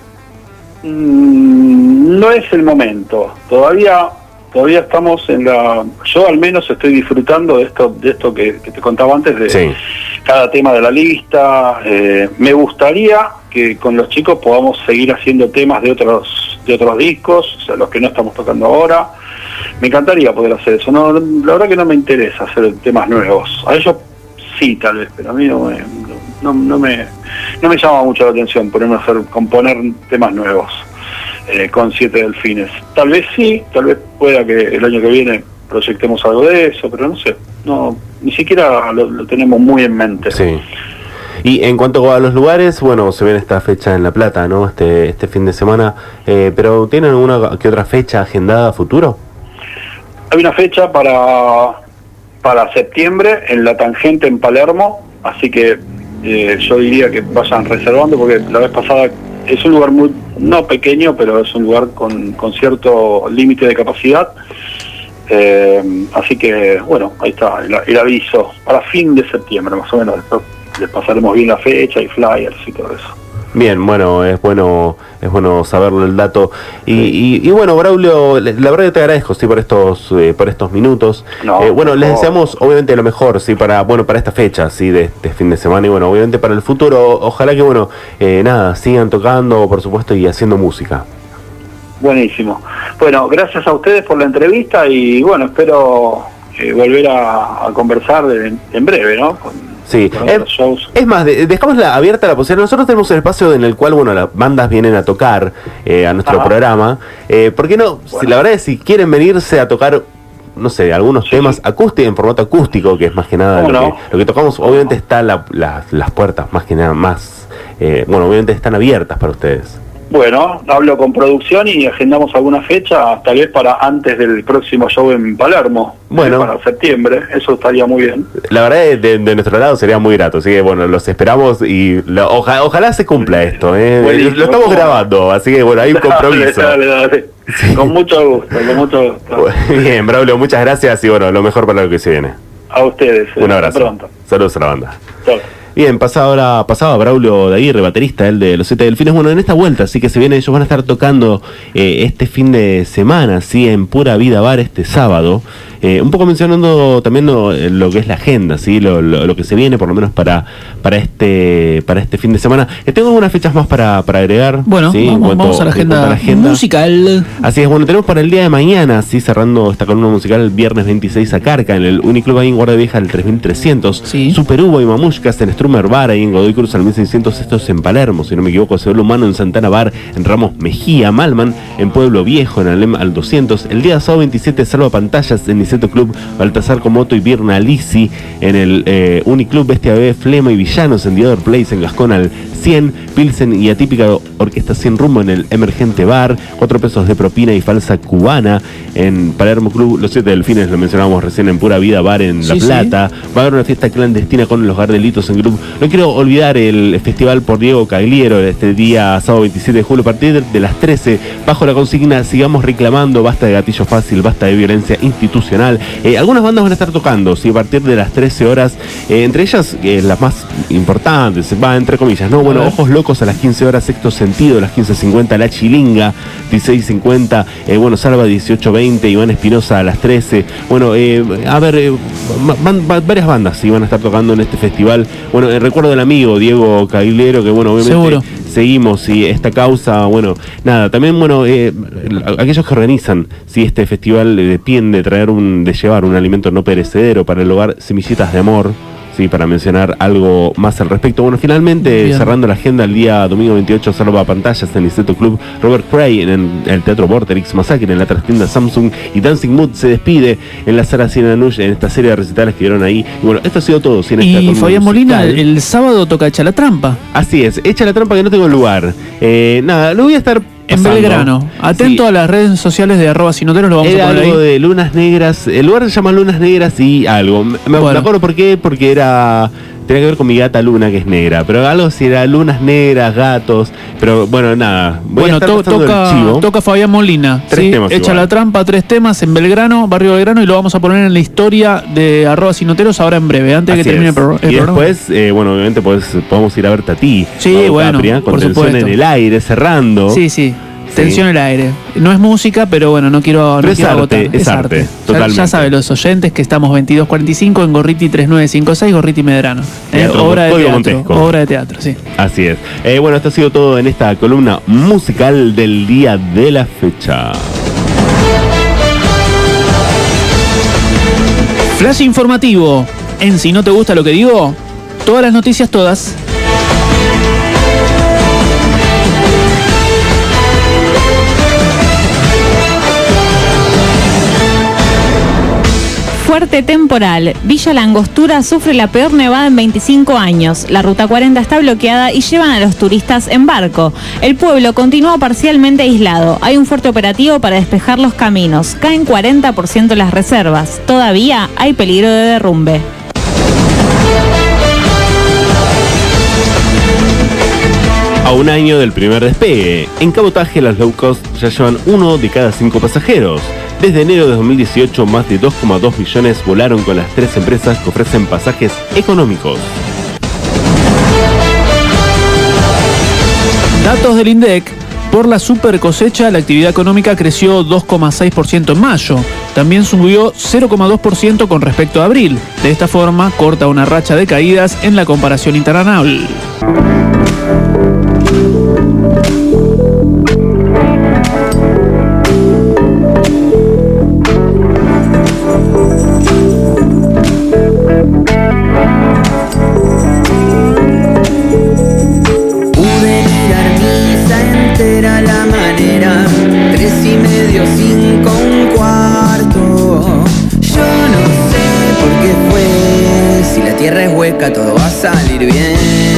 No es el momento. Todavía estamos yo al menos estoy disfrutando de esto que te contaba antes, de cada tema de la lista. Me gustaría que con los chicos podamos seguir haciendo temas de otros discos, o sea, los que no estamos tocando ahora. Me encantaría poder hacer eso. No, la verdad que no me interesa hacer temas nuevos. A ellos sí, tal vez, pero a mí no me llama mucho la atención componer temas nuevos. Con Siete Delfines. Tal vez sí, tal vez pueda que el año que viene proyectemos algo de eso, pero no sé, ni siquiera lo tenemos muy en mente. Sí. Y en cuanto a los lugares, bueno, se viene esta fecha en La Plata, ¿no? Este fin de semana, pero ¿tienen alguna que otra fecha agendada a futuro? Hay una fecha para septiembre en La Tangente en Palermo, así que yo diría que vayan reservando, porque la vez pasada es un lugar no pequeño, pero es un lugar con cierto límite de capacidad. Así que, bueno, ahí está el aviso para fin de septiembre, más o menos. Después les pasaremos bien la fecha y flyers y todo eso. Bien, bueno, es bueno saberlo el dato. Y bueno, Braulio, la verdad que te agradezco, sí, por estos minutos. Bueno, les deseamos obviamente lo mejor, sí, para esta fecha, sí, de este fin de semana, y bueno, obviamente para el futuro, ojalá que, bueno, sigan tocando, por supuesto, y haciendo música. Buenísimo. Bueno, gracias a ustedes por la entrevista y bueno, espero volver a conversar en breve, ¿no? Sí, es más, dejamos abierta la posibilidad. Nosotros tenemos el espacio en el cual, bueno, las bandas vienen a tocar a nuestro programa. ¿Por qué no? Bueno. La verdad es si quieren venirse a tocar, no sé, algunos temas acústicos, en formato acústico, que es más que nada lo que tocamos, obviamente están las puertas más que nada bueno, obviamente están abiertas para ustedes. Bueno, hablo con producción y agendamos alguna fecha, tal vez para antes del próximo show en Palermo, para septiembre, eso estaría muy bien. La verdad de nuestro lado sería muy grato, así que bueno, los esperamos y ojalá se cumpla esto, lo estamos grabando, así que bueno, hay un compromiso. Dale. Sí. Con mucho gusto. Bien, Braulio, muchas gracias y bueno, lo mejor para lo que se viene. A ustedes. Un abrazo. Pronto. Saludos a la banda. Chao. Bien, pasaba Braulio de Aguirre, baterista, él de Los Siete Delfines. Bueno, en esta vuelta, así que se viene, ellos van a estar tocando este fin de semana, sí, en Pura Vida Bar este sábado. un poco mencionando también lo que es la agenda, ¿sí? Lo que se viene, por lo menos para este fin de semana. Tengo algunas fechas más para agregar. Bueno, ¿sí? vamos a la agenda musical. Así es, bueno, tenemos para el día de mañana, ¿sí? Cerrando esta columna musical, el viernes 26 a Carca, en el Uniclub ahí en Guardia Vieja, el 3300. Sí. Super Hugo y Mamushkas en Strummer Bar, ahí en Godoy Cruz al 1600. Esto es en Palermo, si no me equivoco. Cebolo Humano en Santana Bar, en Ramos Mejía. Malman en Pueblo Viejo, en Alem al 200. El día sábado 27, Salva Pantallas en Niceto Club, Baltasar Comoto y Birna Lisi en el Uniclub Bestia Bebé, Flema y Villanos en The Other Place, en Gascón al 100. Pilsen y Atípica Orquesta Sin Rumbo en el Emergente Bar, 4 pesos de propina y falsa cubana en Palermo Club. Los 7 Delfines, lo mencionábamos recién, en Pura Vida Bar en La Plata. Sí. Va a haber una fiesta clandestina con los Gardelitos en Club. No quiero olvidar el festival por Diego Cagliero este día sábado 27 de julio a partir de las 13, bajo la consigna sigamos reclamando, basta de gatillo fácil, basta de violencia institucional. Algunas bandas van a estar tocando, ¿sí? A partir de las 13 horas, entre ellas las más importantes, va entre comillas, ¿no? Bueno, Ojos Locos a las 15 horas, Sexto Sentido a las 15:50, La Chilinga 16:50, bueno, Salva 18:20, Iván Espinosa a las 13. Bueno, varias bandas sí van a estar tocando en este festival. Bueno, recuerdo del amigo Diego Cagliero, que bueno, obviamente seguro seguimos y esta causa, bueno, nada, también bueno, aquellos que organizan, si este festival piden de llevar un alimento no perecedero para el hogar Semillitas de Amor, sí, para mencionar algo más al respecto. Bueno, finalmente, bien, cerrando la agenda, el día domingo 28, Salva Pantallas en el Niceto Club, Robert Cray en el Teatro Vorterix, Massacre en la trastienda Samsung y Dancing Mood se despide en la Sala Sinanush en esta serie de recitales que vieron ahí. Y bueno, esto ha sido todo. Y Fabián Molina el sábado toca Echa la Trampa. Así es, Echa la Trampa, que no tengo lugar. Nada, lo voy a estar en Belgrano. Atento a las redes sociales de @sinoteros, lo vamos a poner algo ahí. De Lunas Negras. El lugar se llama Lunas Negras y algo. Me acuerdo por qué, porque tenía que ver con mi gata Luna, que es negra. Pero algo si era Lunas Negras, gatos. Pero bueno, nada. Toca Fabián Molina. 3 temas. Echa la Trampa, 3 temas en Belgrano, Barrio Belgrano, y lo vamos a poner en la historia de @sinoteros ahora en breve, antes de que termine el programa. Y después, bueno, obviamente podemos ir a verte a ti. Sí, bueno, Capria, con tensión en el aire, cerrando. Sí. Tensión en el aire. No es música, pero bueno, no quiero agotar. Es arte. Totalmente. Ya saben los oyentes que estamos 22:45 en Gorriti 3956, Gorriti Medrano. Obra de teatro, sí. Así es. Bueno, esto ha sido todo en esta columna musical del día de la fecha. Flash informativo. En Si no te gusta lo que digo, todas las noticias, todas. Fuerte temporal. Villa La Angostura sufre la peor nevada en 25 años. La ruta 40 está bloqueada y llevan a los turistas en barco. El pueblo continúa parcialmente aislado. Hay un fuerte operativo para despejar los caminos. Caen 40% las reservas. Todavía hay peligro de derrumbe. A un año del primer despegue, en cabotaje las low cost ya llevan 1 de cada 5 pasajeros. Desde enero de 2018, más de 2,2 millones volaron con las 3 empresas que ofrecen pasajes económicos. Datos del INDEC. Por la super cosecha, la actividad económica creció 2,6% en mayo. También subió 0,2% con respecto a abril. De esta forma, corta una racha de caídas en la comparación interanual. Todo va a salir bien.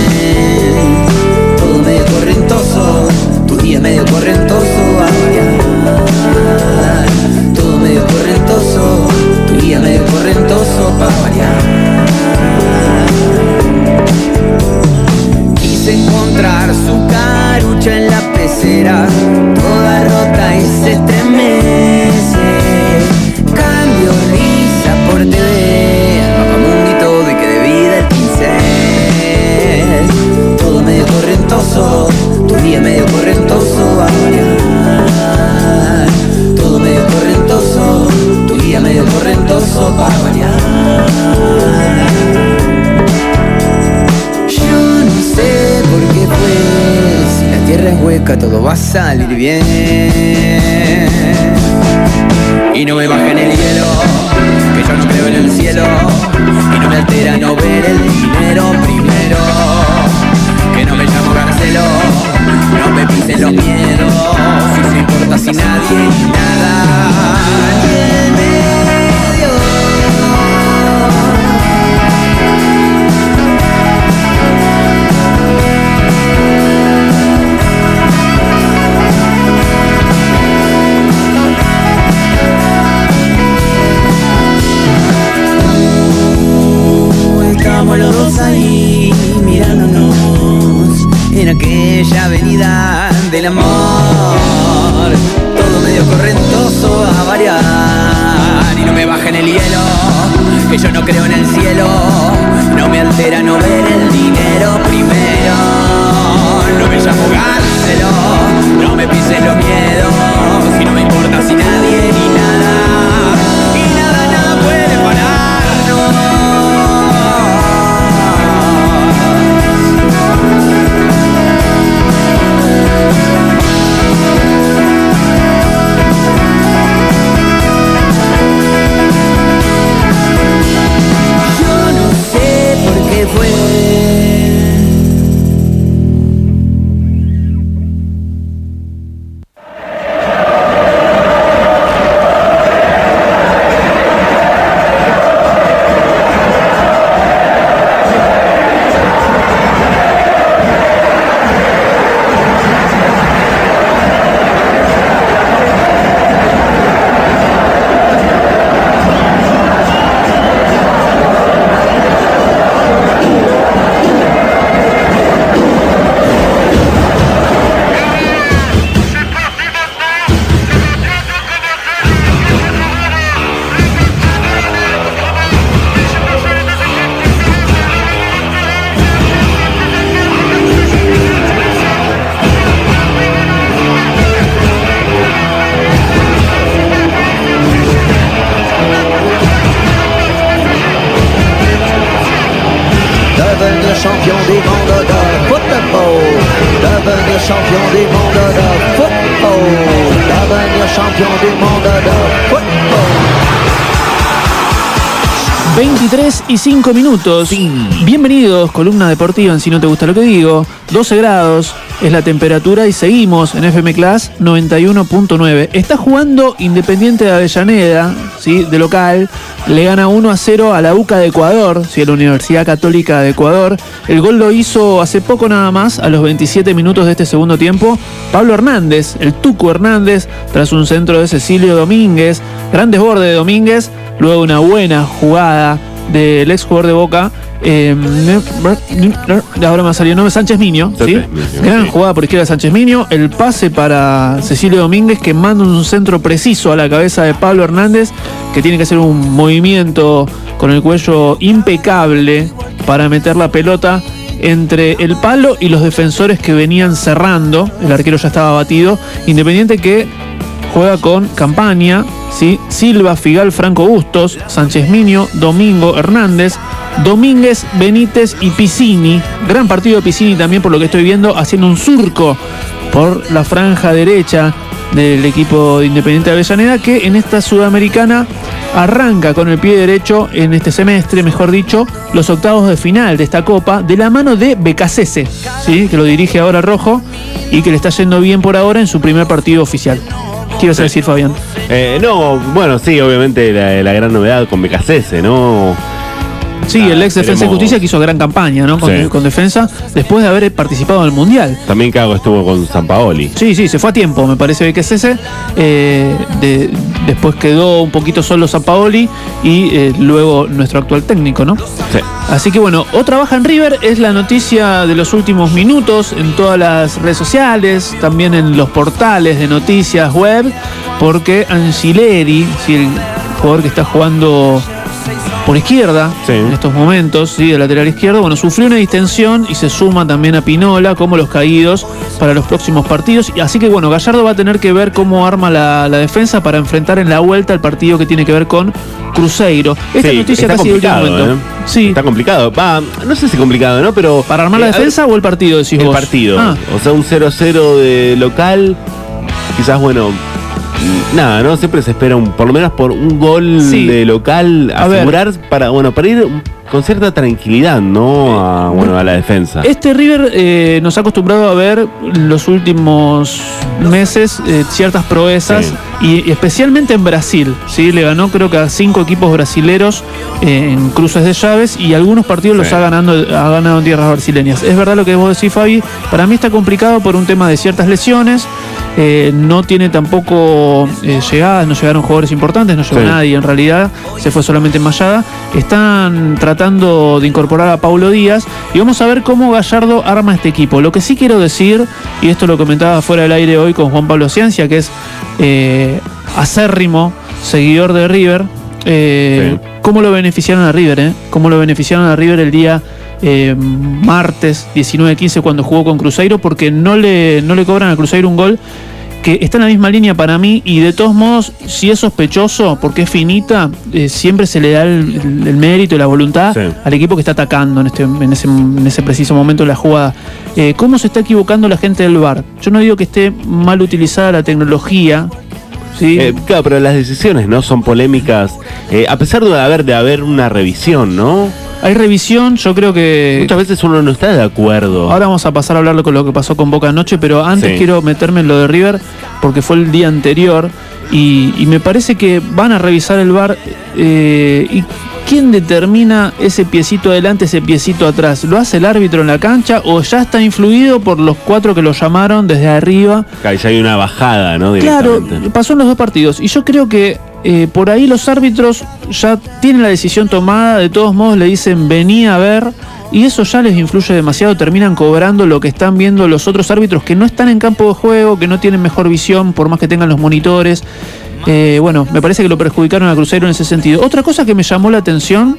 Todo medio correntoso, tu día medio correntoso va a variar. Todo medio correntoso, tu día medio correntoso va a variar. Quise encontrar su carucha en la pecera, toda rota y se estremece. Cambio risa por TV, Mapamundi todo y que de vida el pincel. Todo medio correntoso, tu día medio correntoso va a variar. Todo medio correntoso, tu día medio correntoso. nunca todo va a salir bien. Y no me bajen el hielo, que yo no creo en el cielo. Y no me altera no ver el dinero primero. Que no me llamo Garcelo, no me pisen los miedos. Si no importa si nadie ni nada ni el medio. Estamos los dos ahí mirándonos en aquella avenida del amor, todo medio correntoso a variar. Y no me bajen el hielo, que yo no creo en el cielo. No me altera no ver el dinero primero. No me llamo Garcelo, no me pisen los miedos. Y no me importa si nadie ni nada. Y nada puede pararnos. Fue champion du monde de football, devenir champion du monde de football, devenir champion du monde de football. 23 y 5 minutos. Bienvenidos, columna deportiva en Si No Te Gusta Lo Que Digo. 12 grados es la temperatura y seguimos en FM Class 91.9. Está jugando Independiente de Avellaneda, ¿sí? De local. Le gana 1-0 a la UCA de Ecuador, ¿sí? A la Universidad Católica de Ecuador. El gol lo hizo hace poco nada más, a los 27 minutos de este segundo tiempo, Pablo Hernández, el Tucu Hernández, tras un centro de Cecilio Domínguez. Grandes bordes de Domínguez, luego una buena jugada del ex jugador de Boca, ahora me salió el nombre, Sánchez Miño, ¿sí? Gran jugada por izquierda de Sánchez Miño, el pase para Cecilio Domínguez, que manda un centro preciso a la cabeza de Pablo Hernández, que tiene que hacer un movimiento con el cuello impecable para meter la pelota entre el palo y los defensores que venían cerrando. El arquero ya estaba batido. Independiente que juega con Campaña, ¿sí? Silva, Figal, Franco Bustos, Sánchez Miño, Domingo Hernández, Domínguez, Benítez y Piscini. Gran partido de Piscini también, por lo que estoy viendo, haciendo un surco por la franja derecha del equipo de Independiente de Avellaneda, que en esta Sudamericana arranca con el pie derecho en este semestre, mejor dicho, los octavos de final de esta Copa, de la mano de Becasese, ¿sí? Que lo dirige ahora Rojo y que le está yendo bien por ahora en su primer partido oficial. ¿Qué ibas a decir, Fabián? No, bueno, sí, obviamente la gran novedad con Becasese, ¿no? Sí, el ex Defensa y Justicia que hizo gran campaña, ¿no? Con Defensa, después de haber participado en el Mundial. También Cago estuvo con Sampaoli. Sí, se fue a tiempo, me parece que es ese. Después quedó un poquito solo Sampaoli y luego nuestro actual técnico, ¿no? Sí. Así que bueno, otra baja en River es la noticia de los últimos minutos en todas las redes sociales, también en los portales de noticias web, porque Angileri, ¿sí? El jugador que está jugando por izquierda, sí, en estos momentos, ¿sí? De lateral izquierdo, bueno, sufrió una distensión y se suma también a Pinola como los caídos para los próximos partidos. Y así que bueno, Gallardo va a tener que ver cómo arma la defensa para enfrentar en la vuelta el partido que tiene que ver con Cruzeiro. Esta noticia casi de último momento. Sí. Está complicado. No sé si complicado, ¿no? Pero ¿para armar la defensa o el partido, decís vos? El partido. O sea, un 0-0 de local. Quizás, bueno, nada, ¿no? Siempre se espera por lo menos por un gol de local, asegurar para ir con cierta tranquilidad, ¿no? A la defensa. Este River nos ha acostumbrado a ver los últimos meses ciertas proezas, y especialmente en Brasil, ¿sí? Le ganó creo que a 5 equipos brasileros en cruces de llaves, y algunos partidos los ha ganado en tierras brasileñas. Es verdad lo que vos decís, Fabi, para mí está complicado por un tema de ciertas lesiones. No tiene tampoco llegadas, no llegaron jugadores importantes, no llegó nadie en realidad, se fue solamente Mayada. Están tratando de incorporar a Paulo Díaz y vamos a ver cómo Gallardo arma este equipo. Lo que sí quiero decir, y esto lo comentaba fuera del aire hoy con Juan Pablo Ciencia, que es acérrimo seguidor de River, cómo lo beneficiaron a River, cómo lo beneficiaron a River el día martes 19-15 cuando jugó con Cruzeiro, porque no le cobran a Cruzeiro un gol que está en la misma línea para mí, y de todos modos, si es sospechoso porque es finita, siempre se le da el mérito y la voluntad al equipo que está atacando en ese preciso momento de la jugada. ¿Cómo se está equivocando la gente del VAR? Yo no digo que esté mal utilizada la tecnología, ¿sí? Claro, pero las decisiones no son polémicas, a pesar de haber una revisión, ¿no? Hay revisión, yo creo que muchas veces uno no está de acuerdo. Ahora vamos a pasar a hablarlo con lo que pasó con Boca anoche, pero antes quiero meterme en lo de River, porque fue el día anterior, y me parece que van a revisar el VAR. ¿Y quién determina ese piecito adelante, ese piecito atrás? ¿Lo hace el árbitro en la cancha o ya está influido por los 4 que lo llamaron desde arriba? Ya hay una bajada, ¿no? Claro, pasó en los 2 partidos, y yo creo que por ahí los árbitros ya tienen la decisión tomada, de todos modos le dicen vení a ver, y eso ya les influye demasiado, terminan cobrando lo que están viendo los otros árbitros que no están en campo de juego, que no tienen mejor visión por más que tengan los monitores. Bueno, me parece que lo perjudicaron a Cruzeiro en ese sentido. Otra cosa que me llamó la atención,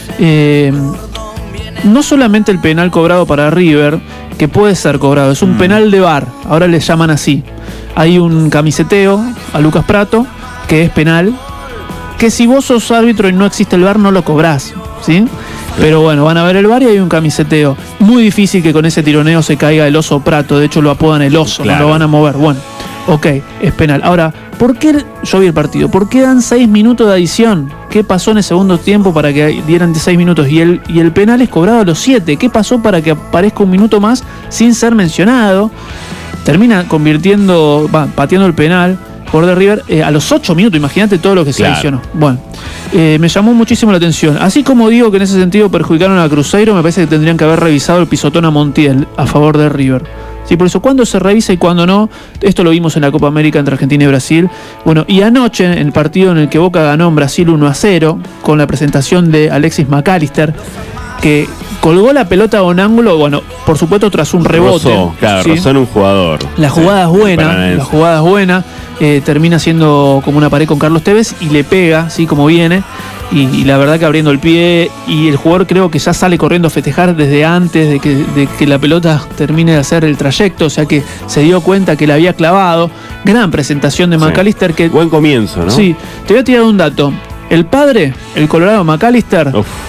no solamente el penal cobrado para River, que puede ser cobrado, es un penal de VAR, ahora le llaman así. Hay un camiseteo a Lucas Pratto, que es penal, que si vos sos árbitro y no existe el VAR no lo cobrás, ¿sí? Pero bueno, van a ver el VAR y hay un camiseteo. Muy difícil que con ese tironeo se caiga el oso Pratto, de hecho lo apodan el oso, no lo van a mover. Bueno, ok, es penal. Ahora, ¿por qué yo vi el partido? ¿Por qué dan 6 minutos de adición? ¿Qué pasó en el segundo tiempo para que dieran 6 minutos? Y el penal es cobrado a los 7. ¿Qué pasó para que aparezca un minuto más sin ser mencionado? Termina pateando el penal por de River a los 8 minutos. Imagínate todo lo que se adicionó. Bueno, me llamó muchísimo la atención. Así como digo que en ese sentido perjudicaron a Cruzeiro, me parece que tendrían que haber revisado el pisotón a Montiel a favor de River. Sí, por eso, ¿cuándo se revisa y cuándo no? Esto lo vimos en la Copa América entre Argentina y Brasil. Bueno, y anoche, en el partido en el que Boca ganó en Brasil 1-0, con la presentación de Alexis McAllister, que colgó la pelota a un ángulo, bueno, por supuesto tras un rebote. Rozó en un jugador. La jugada es buena, termina siendo como una pared con Carlos Tevez y le pega, ¿sí? Como viene. Y la verdad que abriendo el pie, y el jugador creo que ya sale corriendo a festejar desde antes de que la pelota termine de hacer el trayecto, o sea que se dio cuenta que la había clavado. Gran presentación de McAllister. Que, buen comienzo, ¿no? Sí, te voy a tirar un dato. El padre, el colorado McAllister,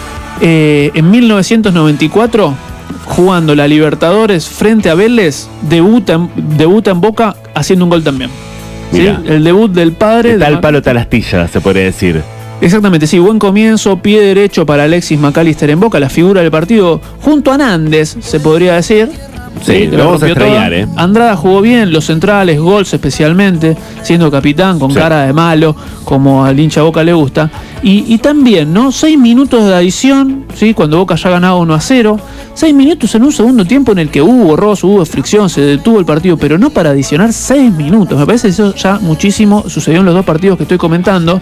en 1994, jugando la Libertadores frente a Vélez, debuta en Boca haciendo un gol también. ¿Sí? El debut del padre. Tal palo, tal astilla, se podría decir. Exactamente, sí, buen comienzo, pie derecho para Alexis McAllister en Boca, la figura del partido junto a Nández, se podría decir. Sí, lo vamos a estrellar, Andrada jugó bien, los centrales, Gols especialmente, siendo capitán, con cara de malo, como al hincha Boca le gusta. Y también, ¿no? 6 minutos de adición, ¿sí? Cuando Boca ya ganaba 1-0. 6 minutos en un segundo tiempo en el que hubo roce, hubo fricción, se detuvo el partido, pero no para adicionar 6 minutos. Me parece eso ya muchísimo, sucedió en los 2 partidos que estoy comentando.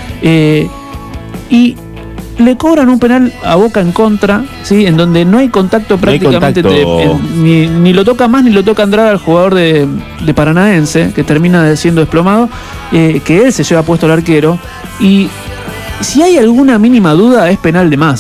Y le cobran un penal a Boca en contra, ¿sí? En donde no hay contacto prácticamente. Ni lo toca más ni lo toca Andrada, al jugador de Paranaense, que termina siendo desplomado, que él se lleva puesto al arquero. Y si hay alguna mínima duda, es penal de más.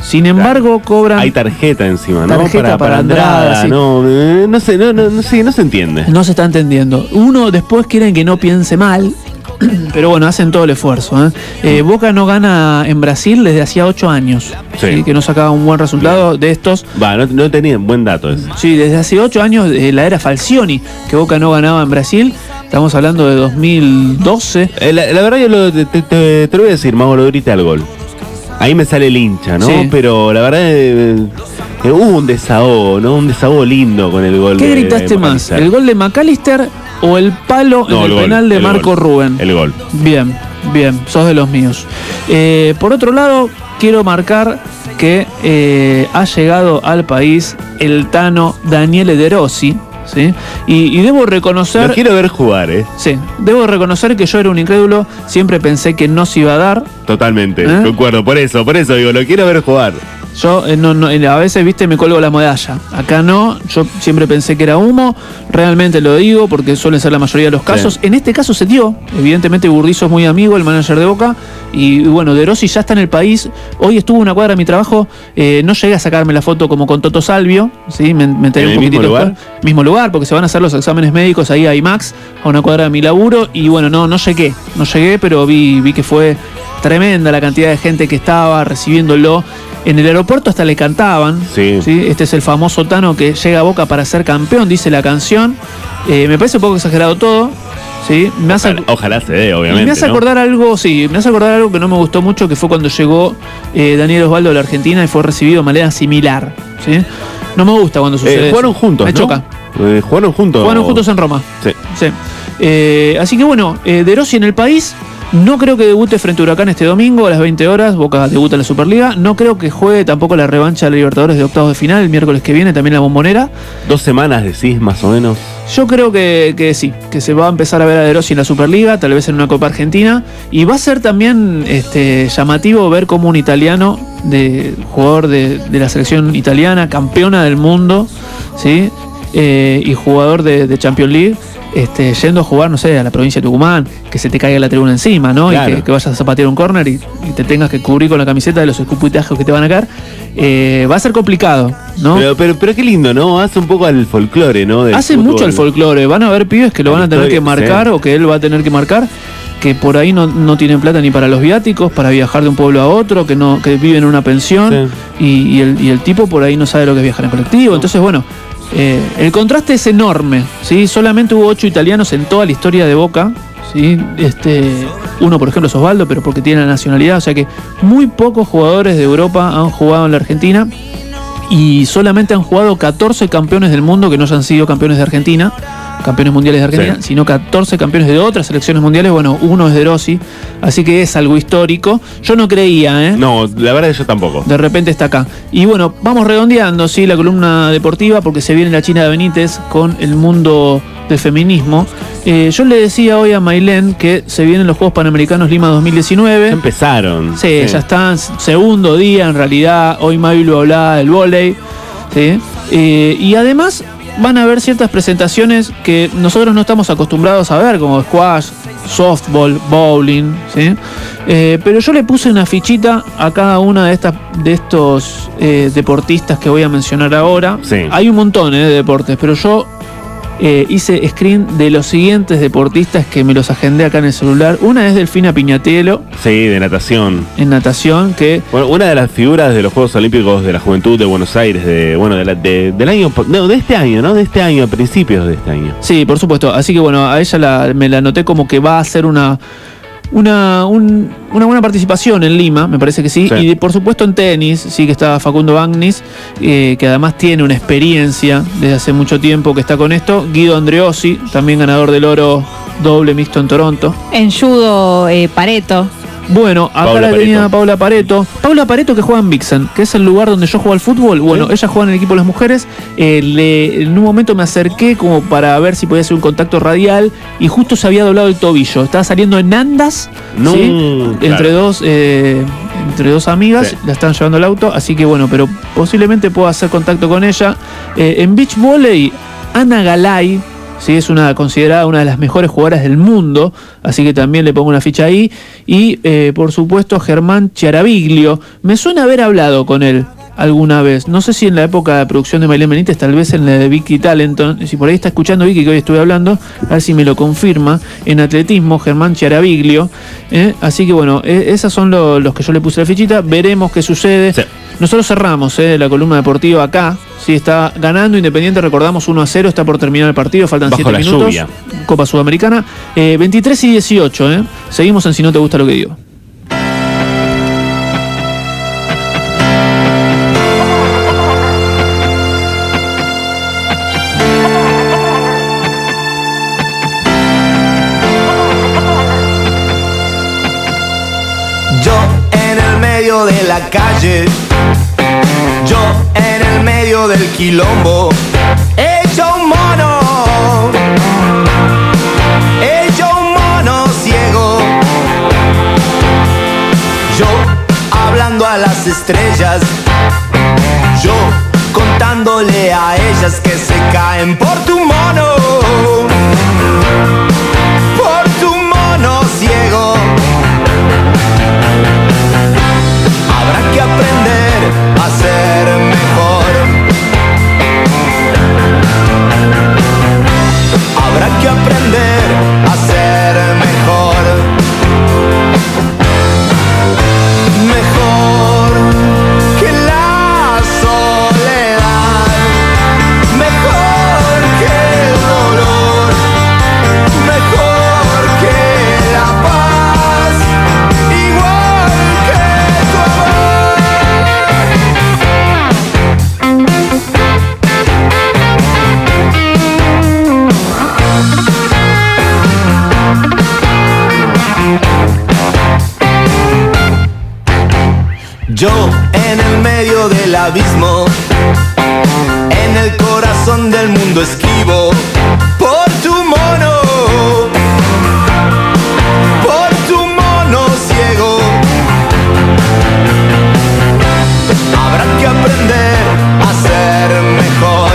Sin embargo, cobran... Hay tarjeta encima, ¿no? Tarjeta para Andrada, sí. No se entiende. No se está entendiendo. Uno, después quieren que no piense mal, pero bueno, hacen todo el esfuerzo. Boca no gana en Brasil desde hacía 8 años. ¿Sí? Que no sacaba un buen resultado de estos. No tenía buen dato ese. Sí, desde hace 8 años, la era Falcioni, que Boca no ganaba en Brasil. Estamos hablando de 2012. La verdad, yo te lo voy a decir, Mago, lo grité al gol. Ahí me sale el hincha, ¿no? Sí. Pero la verdad, hubo un desahogo, ¿no? Un desahogo lindo con el gol. ¿Qué gritaste más? ¿El gol de McAllister o el palo en el penal de Marco Rubén? El gol. Bien, sos de los míos. Por otro lado, quiero marcar que ha llegado al país el tano Daniele De Rossi. ¿Sí? Y debo reconocer... Lo quiero ver jugar, Sí, debo reconocer que yo era un incrédulo, siempre pensé que no se iba a dar. Totalmente, concuerdo, por eso digo, lo quiero ver jugar. Yo a veces, viste, me colgo la medalla. Acá no, yo siempre pensé que era humo, realmente lo digo porque suele ser la mayoría de los casos. Sí. En este caso se dio, evidentemente Burdizo es muy amigo, el manager de Boca, y bueno, De Rossi ya está en el país. Hoy estuvo una cuadra de mi trabajo, no llegué a sacarme la foto como con Toto Salvio, ¿sí? Me enteré un poquitito después. Mismo lugar, porque se van a hacer los exámenes médicos ahí a IMAX, a una cuadra de mi laburo, y bueno, no llegué, pero vi que fue tremenda la cantidad de gente que estaba recibiéndolo. En el aeropuerto hasta le cantaban. Sí. Este es el famoso Tano que llega a Boca para ser campeón, dice la canción. Me parece un poco exagerado todo. ¿Sí? Ojalá se dé, obviamente. Y me hace acordar algo, que no me gustó mucho, que fue cuando llegó Daniel Osvaldo a la Argentina y fue recibido de manera similar. ¿Sí? No me gusta cuando sucede jugaron eso. Juntos, me choca. Jugaron juntos en Roma. Sí. Así que bueno, De Rossi en el país. No creo que debute frente a Huracán este domingo a las 20 horas. Boca debuta en la Superliga. No creo que juegue tampoco la revancha de la Libertadores de octavos de final el miércoles que viene, también la Bombonera. 2 semanas decís, más o menos. Yo creo que sí, que se va a empezar a ver a De Rossi en la Superliga, tal vez en una Copa Argentina. Y va a ser también llamativo ver cómo un italiano, jugador de la selección italiana, campeona del mundo, ¿sí? Y jugador de Champions League, yendo a jugar, no sé, a la provincia de Tucumán, que se te caiga la tribuna encima, ¿no? Claro. Y que vayas a zapatear un córner y te tengas que cubrir con la camiseta de los escupitajos que te van a caer. Va a ser complicado, ¿no? Pero qué lindo, ¿no? Hace un poco al folclore, ¿no? Hace fútbol. Mucho al folclore. Van a haber pibes que lo van a tener que marcar, o que él va a tener que marcar, que por ahí no tienen plata ni para los viáticos, para viajar de un pueblo a otro, que viven en una pensión, y el tipo por ahí no sabe lo que es viajar en colectivo. Entonces, bueno, el contraste es enorme, ¿sí? Solamente hubo 8 italianos en toda la historia de Boca, ¿sí? Uno, por ejemplo, es Osvaldo, pero porque tiene la nacionalidad, o sea que muy pocos jugadores de Europa han jugado en la Argentina, y solamente han jugado 14 campeones del mundo que no hayan sido campeones de Argentina, campeones mundiales de Argentina, sino 14 campeones de otras selecciones mundiales. Bueno, uno es De Rossi, así que es algo histórico. Yo no creía, No, la verdad yo tampoco. De repente está acá. Y bueno, vamos redondeando, ¿sí? La columna deportiva, porque se viene la China de Benítez con el mundo del feminismo. Yo le decía hoy a Mailén que se vienen los Juegos Panamericanos Lima 2019. Ya empezaron. Sí, ya están. Segundo día, en realidad. Hoy Mavilu hablaba del vóley, ¿sí? Y además van a haber ciertas presentaciones que nosotros no estamos acostumbrados a ver, como squash, softball, bowling, ¿sí? Pero yo le puse una fichita a cada una de estos deportistas que voy a mencionar ahora. Sí. Hay un montón de deportes, pero yo hice screen de los siguientes deportistas que me los agendé acá en el celular. Una es Delfina Piñatelo. Sí, de natación. En natación, que... Bueno, una de las figuras de los Juegos Olímpicos de la Juventud de Buenos Aires, del año... No, de este año, ¿no? De este año, a principios de este año. Sí, por supuesto. Así que bueno, a ella me la anoté como que va a ser una buena participación en Lima, me parece que sí. Y por supuesto en tenis, sí, que está Facundo Bagnis, que además tiene una experiencia desde hace mucho tiempo que está con esto. Guido Andreossi, también ganador del oro doble mixto en Toronto. En judo, Pareto. Bueno, acá la tenía Paula Pareto. Paula Pareto, que juega en Vixen, que es el lugar donde yo juego al fútbol. Bueno, ella juega en el equipo de las mujeres. En un momento me acerqué como para ver si podía hacer un contacto radial, y justo se había doblado el tobillo. Estaba saliendo en andas, no, ¿sí? Claro. Entre dos amigas, la están llevando al auto. Así que bueno, pero posiblemente pueda hacer contacto con ella. En beach volley, Ana Galay, ¿sí? Es considerada una de las mejores jugadoras del mundo, así que también le pongo una ficha ahí. Y por supuesto Germán Chiaraviglio, me suena haber hablado con él alguna vez, no sé si en la época de producción de Maylén Benítez, tal vez en la de Vicky Talenton, si por ahí está escuchando Vicky que hoy estuve hablando, a ver si me lo confirma. En atletismo, Germán Chiaraviglio, así que bueno, esos son los que yo le puse la fichita, veremos qué sucede. Sí. Nosotros cerramos la columna deportiva acá, sí, está ganando Independiente, recordamos 1-0, está por terminar el partido, faltan 7 minutos, lluvia. Copa Sudamericana, 23 y 18, seguimos en Si no te gusta lo que digo. De la calle, yo en el medio del quilombo, hecho un mono ciego, yo hablando a las estrellas, yo contándole a ellas que se caen por tu mono ciego. Habrá que aprender a ser mejor. Habrá que aprender a ser mejor. Mejor que la soledad. Mejor que el dolor. Mejor que la paz. Igual que tu amor. Yo en el medio del abismo, en el corazón del mundo escribo por tu mono ciego. Habrá que aprender a ser mejor.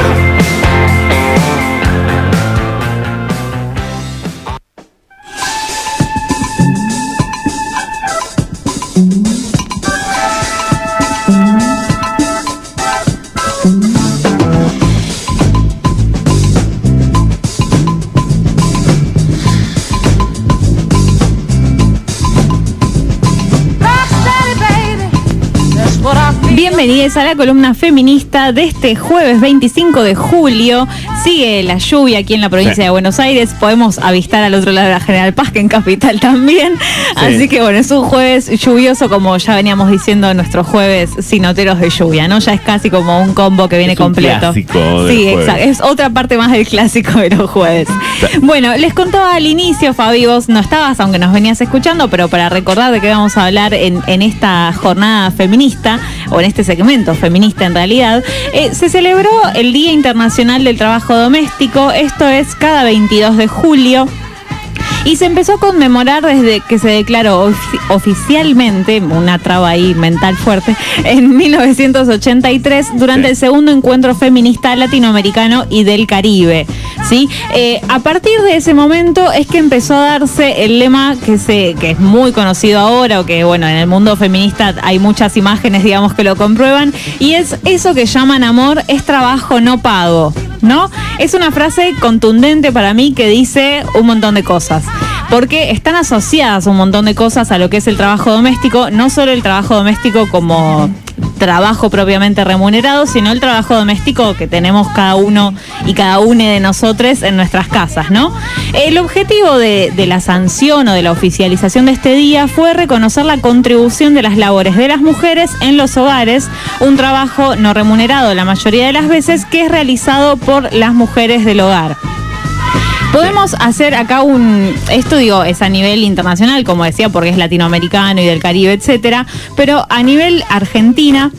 Bienvenidos a la columna feminista de este jueves 25 de julio. Sigue la lluvia aquí en la provincia de Buenos Aires. Podemos avistar al otro lado de la General Paz, que en Capital también. Así que bueno, es un jueves lluvioso, como ya veníamos diciendo en nuestros jueves sinoteros de lluvia, ¿no? Ya es casi como un combo que viene es completo. Sí, exacto. Es otra parte más del clásico de los jueves. Bueno, les contaba al inicio, Fabi, vos no estabas, aunque nos venías escuchando, pero para recordar de qué vamos a hablar en esta jornada feminista, o en este segmento feminista en realidad, se celebró el Día Internacional del Trabajo Doméstico. Esto es cada 22 de julio. Y se empezó a conmemorar desde que se declaró oficialmente, una traba ahí mental fuerte, en 1983, durante el segundo encuentro feminista latinoamericano y del Caribe. ¿Sí? A partir de ese momento es que empezó a darse el lema que es muy conocido ahora, o que bueno, en el mundo feminista hay muchas imágenes, digamos, que lo comprueban, y es eso que llaman amor es trabajo no pago, ¿no? Es una frase contundente para mí que dice un montón de cosas, porque están asociadas un montón de cosas a lo que es el trabajo doméstico, no solo el trabajo doméstico como trabajo propiamente remunerado, sino el trabajo doméstico que tenemos cada uno y cada una de nosotros en nuestras casas, ¿no? El objetivo de la sanción o de la oficialización de este día fue reconocer la contribución de las labores de las mujeres en los hogares, un trabajo no remunerado la mayoría de las veces que es realizado por las mujeres del hogar. Podemos hacer acá esto digo, es a nivel internacional, como decía, porque es latinoamericano y del Caribe, etcétera, pero a nivel Argentina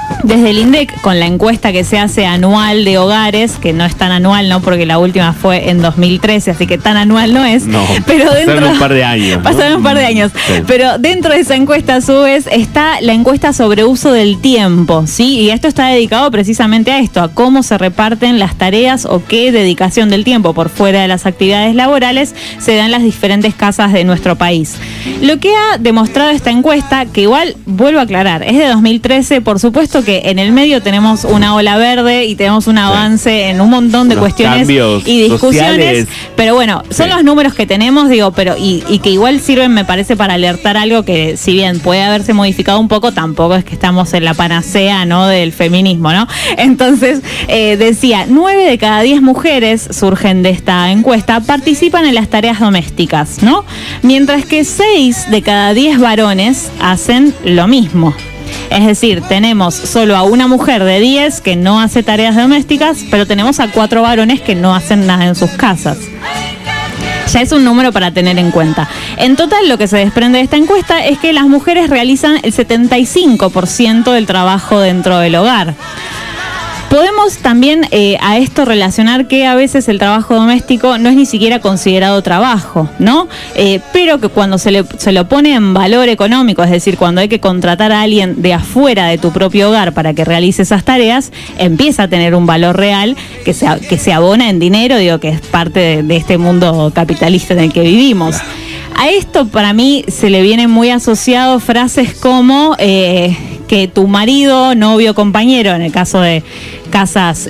Desde el INDEC, con la encuesta que se hace anual de hogares, que no es tan anual, ¿no? Porque la última fue en 2013, así que tan anual no es. No, pero pasaron un par de años. Pasaron un par de años. Sí. Pero dentro de esa encuesta, a su vez, está la encuesta sobre uso del tiempo, ¿sí? Y esto está dedicado precisamente a esto, a cómo se reparten las tareas o qué dedicación del tiempo por fuera de las actividades laborales se dan en las diferentes casas de nuestro país. Lo que ha demostrado esta encuesta, que igual, vuelvo a aclarar, es de 2013, por supuesto que en el medio tenemos una ola verde y tenemos un avance en un montón de cuestiones y discusiones, sociales. pero bueno, son los números que tenemos, digo, pero y que igual sirven, me parece, para alertar algo que, si bien puede haberse modificado un poco, tampoco es que estamos en la panacea, ¿no?, del feminismo, ¿no? Entonces, decía, 9 de cada 10 mujeres, surgen de esta encuesta, participan en las tareas domésticas, ¿no? Mientras que 6 de cada 10 varones hacen lo mismo. Es decir, tenemos solo a una mujer de 10 que no hace tareas domésticas, pero tenemos a 4 varones que no hacen nada en sus casas. Ya es un número para tener en cuenta. En total, lo que se desprende de esta encuesta es que las mujeres realizan el 75% del trabajo dentro del hogar. Podemos también a esto relacionar que a veces el trabajo doméstico no es ni siquiera considerado trabajo, ¿no? Pero que cuando se lo pone en valor económico, es decir, cuando hay que contratar a alguien de afuera de tu propio hogar para que realice esas tareas, empieza a tener un valor real que se abona en dinero, digo, que es parte de este mundo capitalista en el que vivimos. A esto, para mí, se le vienen muy asociados frases como que tu marido, novio, compañero, en el caso de casas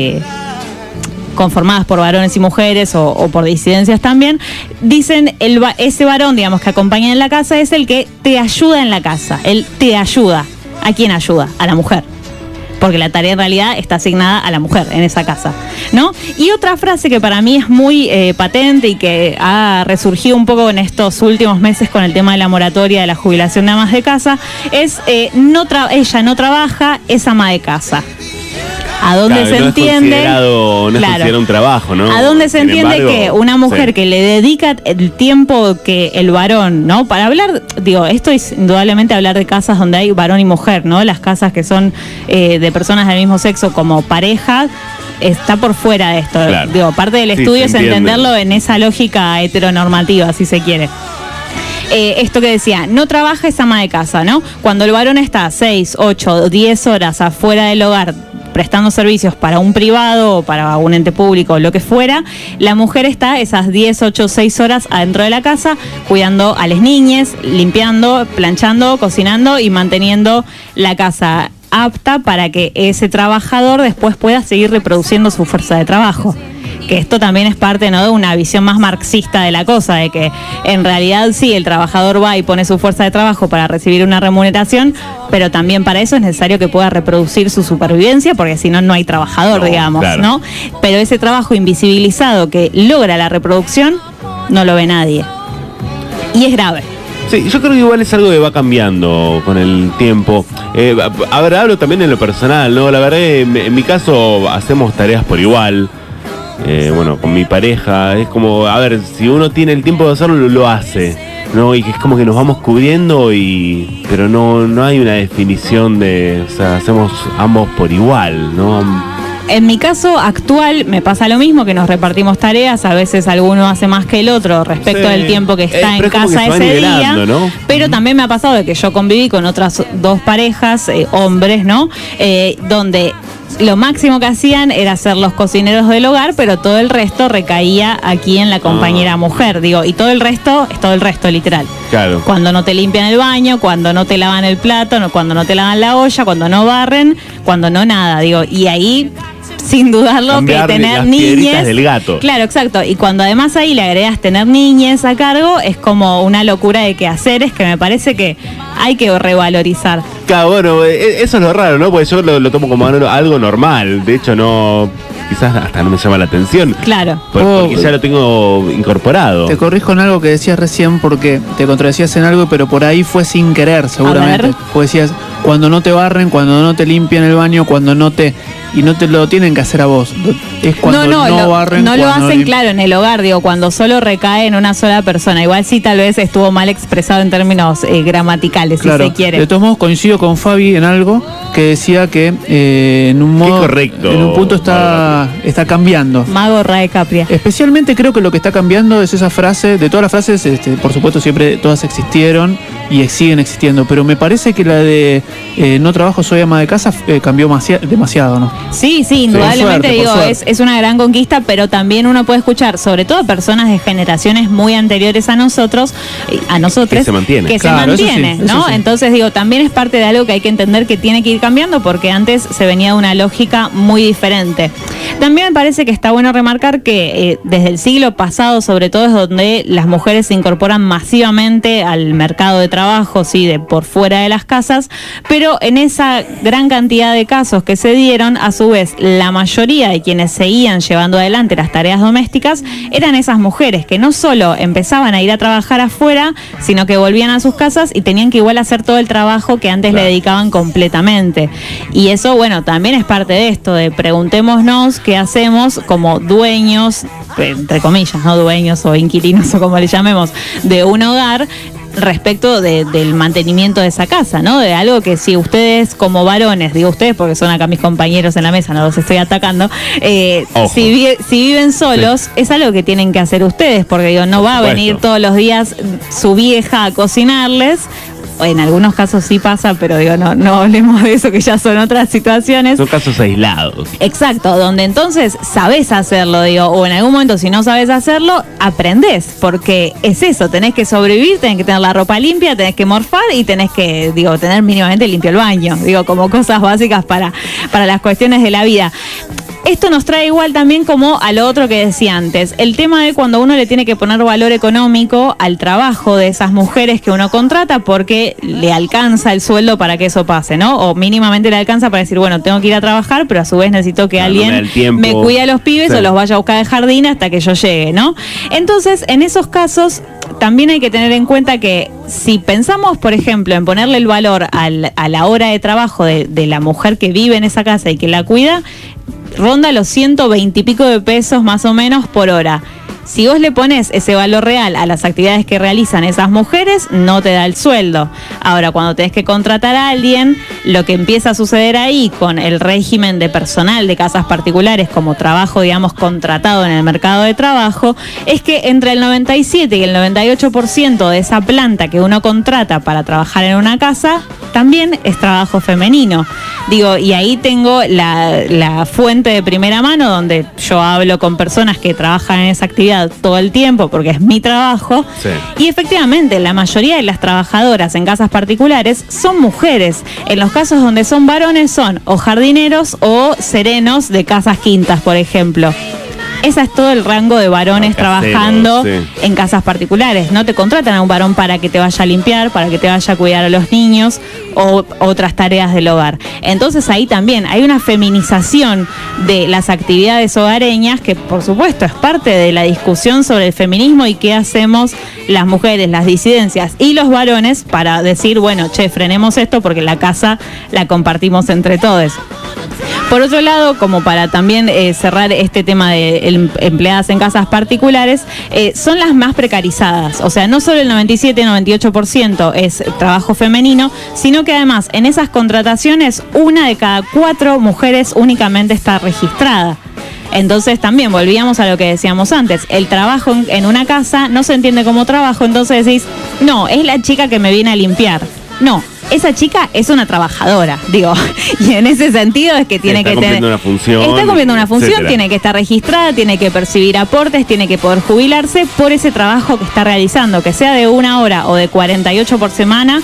conformadas por varones y mujeres o por disidencias también, dicen ese varón, digamos, que acompaña en la casa es el que te ayuda en la casa. Él te ayuda. ¿A quién ayuda? A la mujer. Porque la tarea en realidad está asignada a la mujer en esa casa, ¿no? Y otra frase que para mí es muy patente y que ha resurgido un poco en estos últimos meses con el tema de la moratoria de la jubilación de amas de casa es ella no trabaja, es ama de casa. ¿A dónde se entiende? No es considerado un trabajo, ¿no? ¿A dónde se entiende que una mujer sí, que le dedica el tiempo que el varón, ¿no? Para hablar, digo, esto es indudablemente hablar de casas donde hay varón y mujer, ¿no? Las casas que son de personas del mismo sexo como pareja, está por fuera de esto. Claro. Digo, parte del estudio es entenderlo en esa lógica heteronormativa, si se quiere. Esto que decía, no trabaja es ama de casa, ¿no? Cuando el varón está 6, 8, 10 horas afuera del hogar prestando servicios para un privado o para un ente público o lo que fuera, la mujer está esas 10, 8, 6 horas adentro de la casa cuidando a las niñas, limpiando, planchando, cocinando y manteniendo la casa apta para que ese trabajador después pueda seguir reproduciendo su fuerza de trabajo. Que esto también es parte, ¿no?, de una visión más marxista de la cosa, de que en realidad sí, el trabajador va y pone su fuerza de trabajo para recibir una remuneración, pero también para eso es necesario que pueda reproducir su supervivencia, porque si no, no hay trabajador, digamos, claro, ¿no? Pero ese trabajo invisibilizado que logra la reproducción, no lo ve nadie. Y es grave. Sí, yo creo que igual es algo que va cambiando con el tiempo. A ver, hablo también en lo personal, ¿no? La verdad, en mi caso, hacemos tareas por igual. Bueno, con mi pareja, es como, a ver, si uno tiene el tiempo de hacerlo, lo hace, ¿no? Y que es como que nos vamos cubriendo, pero no hay una definición de, o sea, hacemos ambos por igual, ¿no? En mi caso actual me pasa lo mismo, que nos repartimos tareas, a veces alguno hace más que el otro respecto del tiempo que está en casa ese día, ¿no? Pero también me ha pasado de que yo conviví con otras dos parejas, hombres, ¿no? Donde lo máximo que hacían era ser los cocineros del hogar, pero todo el resto recaía aquí en la compañera mujer, digo, y todo el resto es todo el resto, literal. Claro. Cuando no te limpian el baño, cuando no te lavan el plato, cuando no te lavan la olla, cuando no barren, cuando no nada, digo, y ahí, sin dudarlo, cambiar que tener las niñes del gato. Claro, exacto. Y cuando además ahí le agregas tener niñes a cargo, es como una locura de quehaceres que me parece que hay que revalorizar. Claro, bueno, eso es lo raro, ¿no? Porque yo lo tomo como algo normal. De hecho, no, quizás hasta no me llama la atención. Claro. Porque ya lo tengo incorporado. Te corrijo en algo que decías recién porque te contradecías en algo, pero por ahí fue sin querer, seguramente. Pues decías, cuando no te barren, cuando no te limpian el baño, cuando no te... Y no te lo tienen que hacer a vos. Es cuando no barren. No lo hacen, claro, en el hogar, digo, cuando solo recae en una sola persona. Igual sí, tal vez estuvo mal expresado en términos gramaticales, claro, si se quiere. De todos modos, coincido con Fabi en algo que decía que en un modo... correcto, en un punto está cambiando. Mago Rae Capria. Especialmente creo que lo que está cambiando es esa frase, de todas las frases, por supuesto siempre todas existieron y siguen existiendo, pero me parece que la de no trabajo, soy ama de casa cambió demasiado, ¿no? Sí, indudablemente, es una gran conquista, pero también uno puede escuchar, sobre todo a personas de generaciones muy anteriores a nosotros, que se mantiene. ¿no? Sí. Entonces, digo, también es parte de algo que hay que entender que tiene que ir cambiando, porque antes se venía de una lógica muy diferente. También me parece que está bueno remarcar que desde el siglo pasado, sobre todo, es donde las mujeres se incorporan masivamente al mercado de trabajo, sí, de por fuera de las casas, pero en esa gran cantidad de casos que se dieron, a su vez, la mayoría de quienes seguían llevando adelante las tareas domésticas eran esas mujeres que no solo empezaban a ir a trabajar afuera, sino que volvían a sus casas y tenían que igual hacer todo el trabajo que antes le dedicaban completamente. Y eso, bueno, también es parte de esto, de preguntémonos qué hacemos como dueños, entre comillas, no dueños o inquilinos o como le llamemos, de un hogar, respecto del mantenimiento de esa casa, ¿no? De algo que si ustedes como varones, digo ustedes porque son acá mis compañeros en la mesa, no los estoy atacando, si viven solos, sí, es algo que tienen que hacer ustedes, porque digo, no va a venir todos los días su vieja a cocinarles. En algunos casos sí pasa, pero digo, no hablemos de eso, que ya son otras situaciones. Son casos aislados. Exacto, donde entonces sabés hacerlo, digo, o en algún momento si no sabés hacerlo, aprendés, porque es eso, tenés que sobrevivir, tenés que tener la ropa limpia, tenés que morfar y tenés que, digo, tener mínimamente limpio el baño, digo, como cosas básicas para las cuestiones de la vida. Esto nos trae igual también como a lo otro que decía antes, el tema de cuando uno le tiene que poner valor económico al trabajo de esas mujeres que uno contrata porque le alcanza el sueldo para que eso pase, ¿no? O mínimamente le alcanza para decir, bueno, tengo que ir a trabajar, pero a su vez necesito que alguien me cuide a los pibes o los vaya a buscar de jardín hasta que yo llegue, ¿no? Entonces, en esos casos también hay que tener en cuenta que si pensamos, por ejemplo, en ponerle el valor a la hora de trabajo de la mujer que vive en esa casa y que la cuida, ronda los 120 y pico de pesos más o menos por hora. Si vos le pones ese valor real a las actividades que realizan esas mujeres, no te da el sueldo. Ahora, cuando tenés que contratar a alguien, lo que empieza a suceder ahí con el régimen de personal de casas particulares como trabajo, digamos, contratado en el mercado de trabajo, es que entre el 97 y el 98% de esa planta que uno contrata para trabajar en una casa, también es trabajo femenino. Digo, y ahí tengo la fuente de primera mano donde yo hablo con personas que trabajan en esa actividad todo el tiempo porque es mi trabajo. Sí. Y efectivamente la mayoría de las trabajadoras en casas particulares son mujeres. En los casos donde son varones son o jardineros o serenos de casas quintas, por ejemplo. Ese es todo el rango de varones trabajando en casas particulares. No te contratan a un varón para que te vaya a limpiar, para que te vaya a cuidar a los niños o otras tareas del hogar. Entonces ahí también hay una feminización de las actividades hogareñas que por supuesto es parte de la discusión sobre el feminismo y qué hacemos las mujeres, las disidencias y los varones para decir, bueno, frenemos esto porque la casa la compartimos entre todos. Por otro lado, como para también cerrar este tema de empleadas en casas particulares, son las más precarizadas. O sea, no solo el 97-98% es trabajo femenino, sino que además en esas contrataciones 1 de cada 4 mujeres únicamente está registrada. Entonces también volvíamos a lo que decíamos antes, el trabajo en una casa no se entiende como trabajo, entonces decís, no, es la chica que me viene a limpiar. No, esa chica es una trabajadora, digo, y en ese sentido es que tiene que tener... Una función, está cumpliendo una función, etcétera. Tiene que estar registrada, tiene que percibir aportes, tiene que poder jubilarse por ese trabajo que está realizando, que sea de 1 hora o de 48 por semana,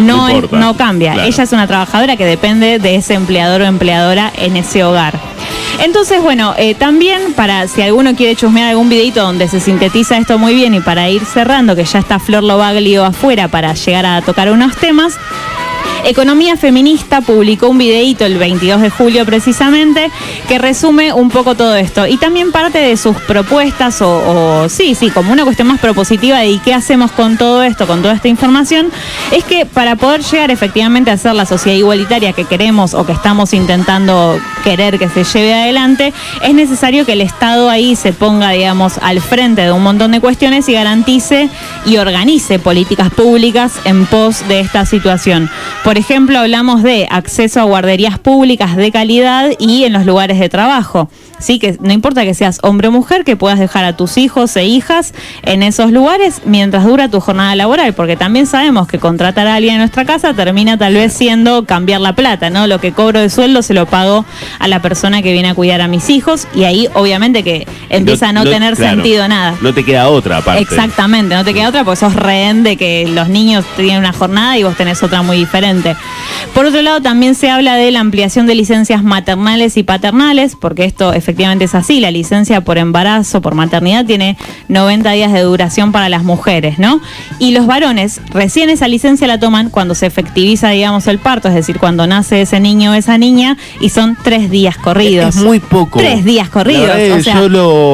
no cambia. Claro. Ella es una trabajadora que depende de ese empleador o empleadora en ese hogar. Entonces, bueno, también para si alguno quiere chusmear algún videito donde se sintetiza esto muy bien y para ir cerrando, que ya está Flor Lobaglio afuera para llegar a tocar unos temas, Economía Feminista publicó un videíto el 22 de julio precisamente que resume un poco todo esto y también parte de sus propuestas sí, como una cuestión más propositiva de qué hacemos con todo esto, con toda esta información, es que para poder llegar efectivamente a ser la sociedad igualitaria que queremos o que estamos intentando querer que se lleve adelante, es necesario que el Estado ahí se ponga, digamos, al frente de un montón de cuestiones y garantice y organice políticas públicas en pos de esta situación. Por ejemplo, hablamos de acceso a guarderías públicas de calidad y en los lugares de trabajo. Sí, que no importa que seas hombre o mujer, que puedas dejar a tus hijos e hijas en esos lugares mientras dura tu jornada laboral, porque también sabemos que contratar a alguien en nuestra casa termina tal vez siendo cambiar la plata, ¿no? Lo que cobro de sueldo se lo pago a la persona que viene a cuidar a mis hijos y ahí obviamente que empieza a no tener sentido nada. No te queda otra aparte. Exactamente, no te queda otra porque sos rehén de que los niños tienen una jornada y vos tenés otra muy diferente. Por otro lado, también se habla de la ampliación de licencias maternales y paternales, porque esto efectivamente es así, la licencia por embarazo, por maternidad, tiene 90 días de duración para las mujeres, ¿no? Y los varones, recién esa licencia la toman cuando se efectiviza, digamos, el parto, es decir, cuando nace ese niño o esa niña, y son 3 días corridos. Es muy poco. 3 días corridos. O sea,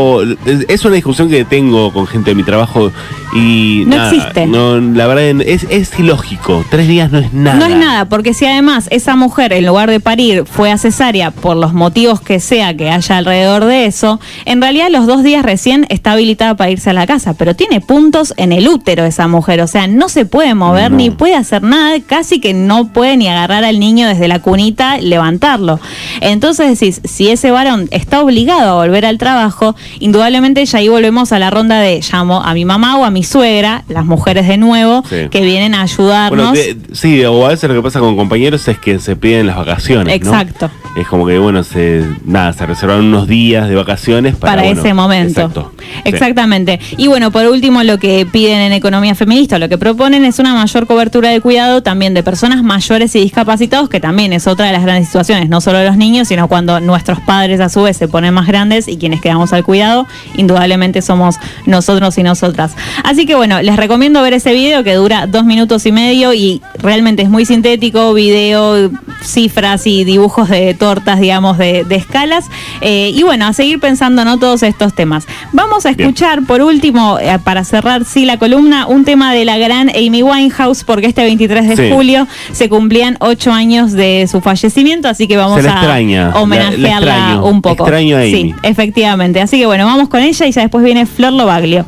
es una discusión que tengo con gente de mi trabajo y no existe. No, la verdad es ilógico. 3 días no es nada. No es nada, porque si además esa mujer, en lugar de parir, fue a cesárea por los motivos que sea que haya alrededor de eso, en realidad los 2 días recién está habilitada para irse a la casa, pero tiene puntos en el útero esa mujer, o sea, no se puede mover ni puede hacer nada, casi que no puede ni agarrar al niño desde la cunita, levantarlo. Entonces decís, si ese varón está obligado a volver al trabajo, indudablemente ya ahí volvemos a la ronda de llamo a mi mamá o a mi suegra, las mujeres de nuevo, que vienen a ayudarnos. Bueno, sí, o a veces lo que pasa con compañeros es que se piden las vacaciones. Exacto. ¿no? Es como que, bueno, se reservaron unos días de vacaciones para ese momento. Exacto. Exactamente. Y bueno, por último, lo que piden en Economía Feminista, lo que proponen es una mayor cobertura de cuidado también de personas mayores y discapacitados, que también es otra de las grandes situaciones, no solo de los niños, sino cuando nuestros padres a su vez se ponen más grandes y quienes quedamos al cuidado, indudablemente somos nosotros y nosotras. Así que bueno, les recomiendo ver ese video que dura 2 minutos y medio y realmente es muy sintético, video, cifras y dibujos de tortas, digamos, de escalas. Y bueno, a seguir pensando, ¿no?, todos estos temas. Vamos a escuchar, por último, para cerrar la columna, un tema de la gran Amy Winehouse, porque este 23 de julio se cumplían 8 años de su fallecimiento, así que vamos a homenajearla un poco. Extraño a Amy. Sí, efectivamente. Así que bueno, vamos con ella y ya después viene Flor Lobaglio.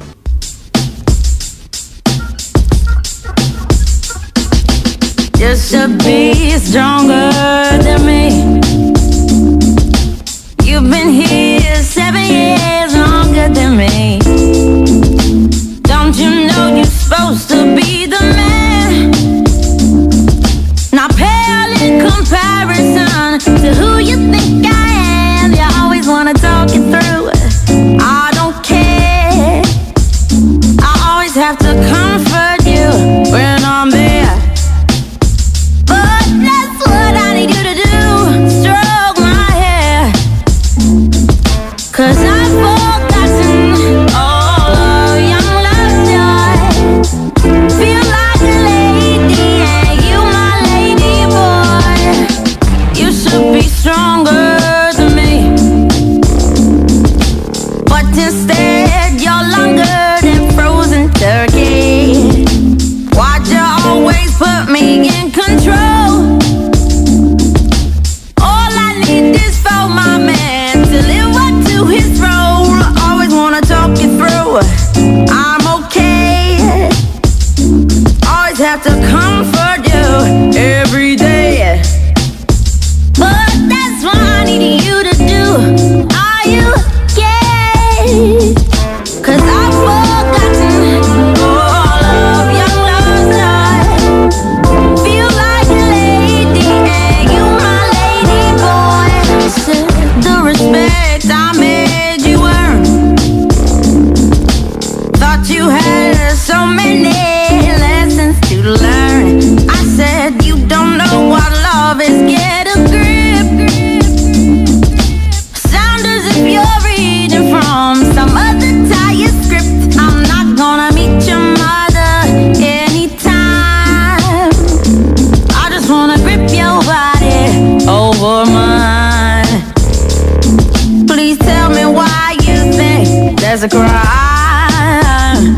Just to be stronger than me. You've been here 7 years longer than me. Don't you know you're supposed to be the man? Not pale in comparison to who you think I am. You always wanna talk it through. I don't care. I always have to comfort you when I'm there. But that's what I need you to do. you're mine. Please tell me why you think there's a crime.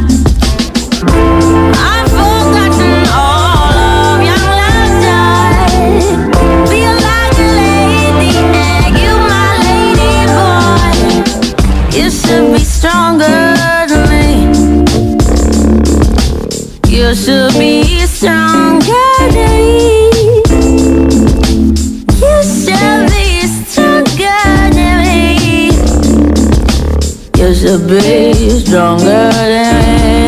I've forgotten all of your last night. Feel like a lady, and you my lady boy. You should be stronger than me. You should be stronger than me. You should be stronger than me. You should be stronger than me.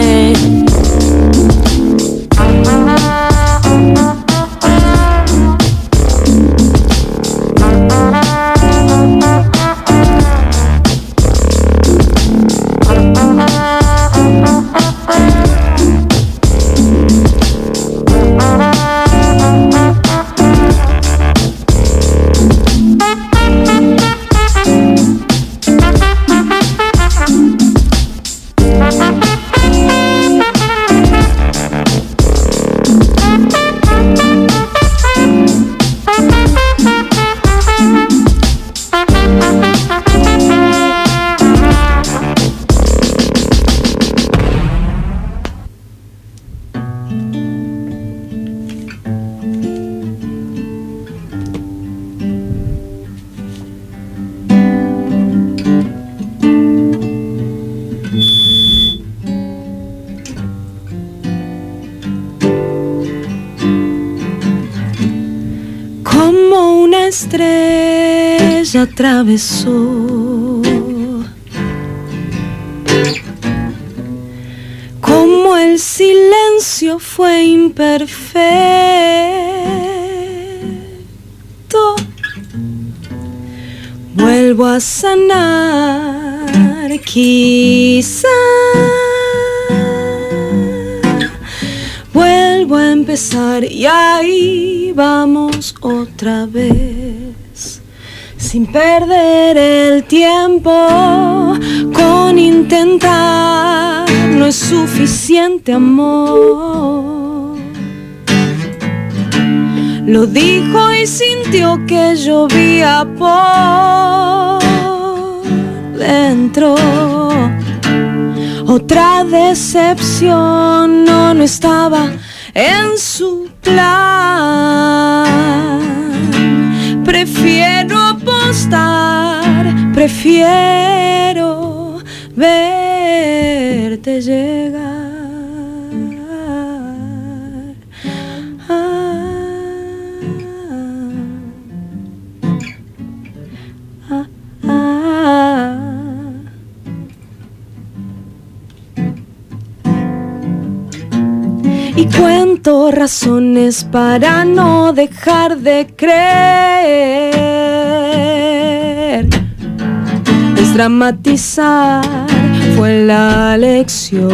Estrella atravesó como el silencio fue imperfecto. Vuelvo a sanar, quizá vuelvo a empezar y ahí vamos otra vez, sin perder el tiempo. Con intentar no es suficiente amor. Lo dijo y sintió que llovía por dentro. Otra decepción, no estaba en su plan. Prefiero apostar, prefiero verte llegar. Y cuento razones para no dejar de creer. Desdramatizar fue la lección.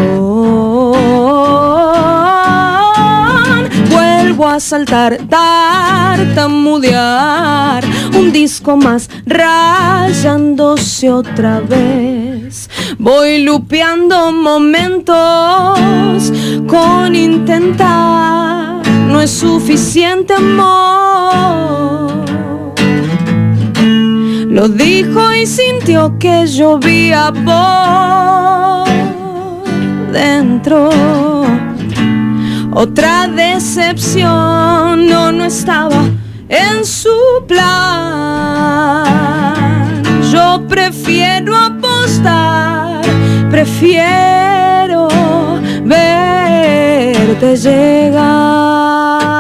Vuelvo a saltar, tartamudear. Un disco más rayándose otra vez. Voy lupeando momentos. Con intentar no es suficiente amor. Lo dijo y sintió que llovía por dentro. Otra decepción, no estaba en su plan. Yo prefiero apostar, prefiero verte llegar.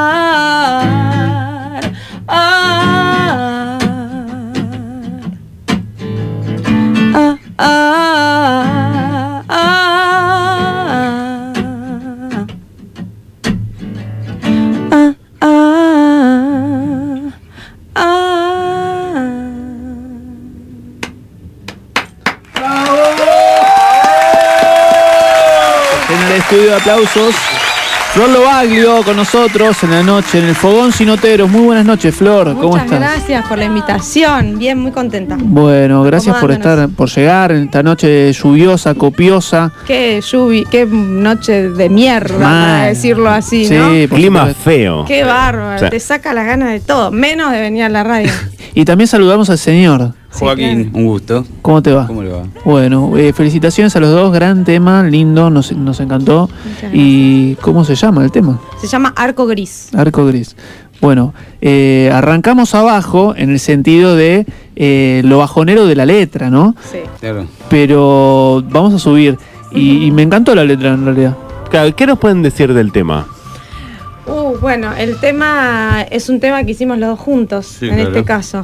Estudio de aplausos. Flor Lobaglio con nosotros en la noche, en el Fogón Sin Noteros. Muy buenas noches, Flor. ¿Cómo estás? Muchas gracias por la invitación. Bien, muy contenta. Bueno, gracias por llegar en esta noche lluviosa, copiosa. Qué noche de mierda, para decirlo así, ¿no? Sí, clima feo. Qué bárbaro, O sea, te saca las ganas de todo, menos de venir a la radio. Y también saludamos al señor. Joaquín, un gusto. ¿Cómo te va? ¿Cómo le va? Bueno, felicitaciones a los dos, gran tema, lindo, nos encantó. ¿Y cómo se llama el tema? Se llama Arco Gris. Arco Gris. Bueno, arrancamos abajo en el sentido de lo bajonero de la letra, ¿no? Sí. Claro. Pero vamos a subir. Y me encantó la letra en realidad. Claro, ¿qué nos pueden decir del tema? Bueno, el tema es un tema que hicimos los dos juntos, en este caso.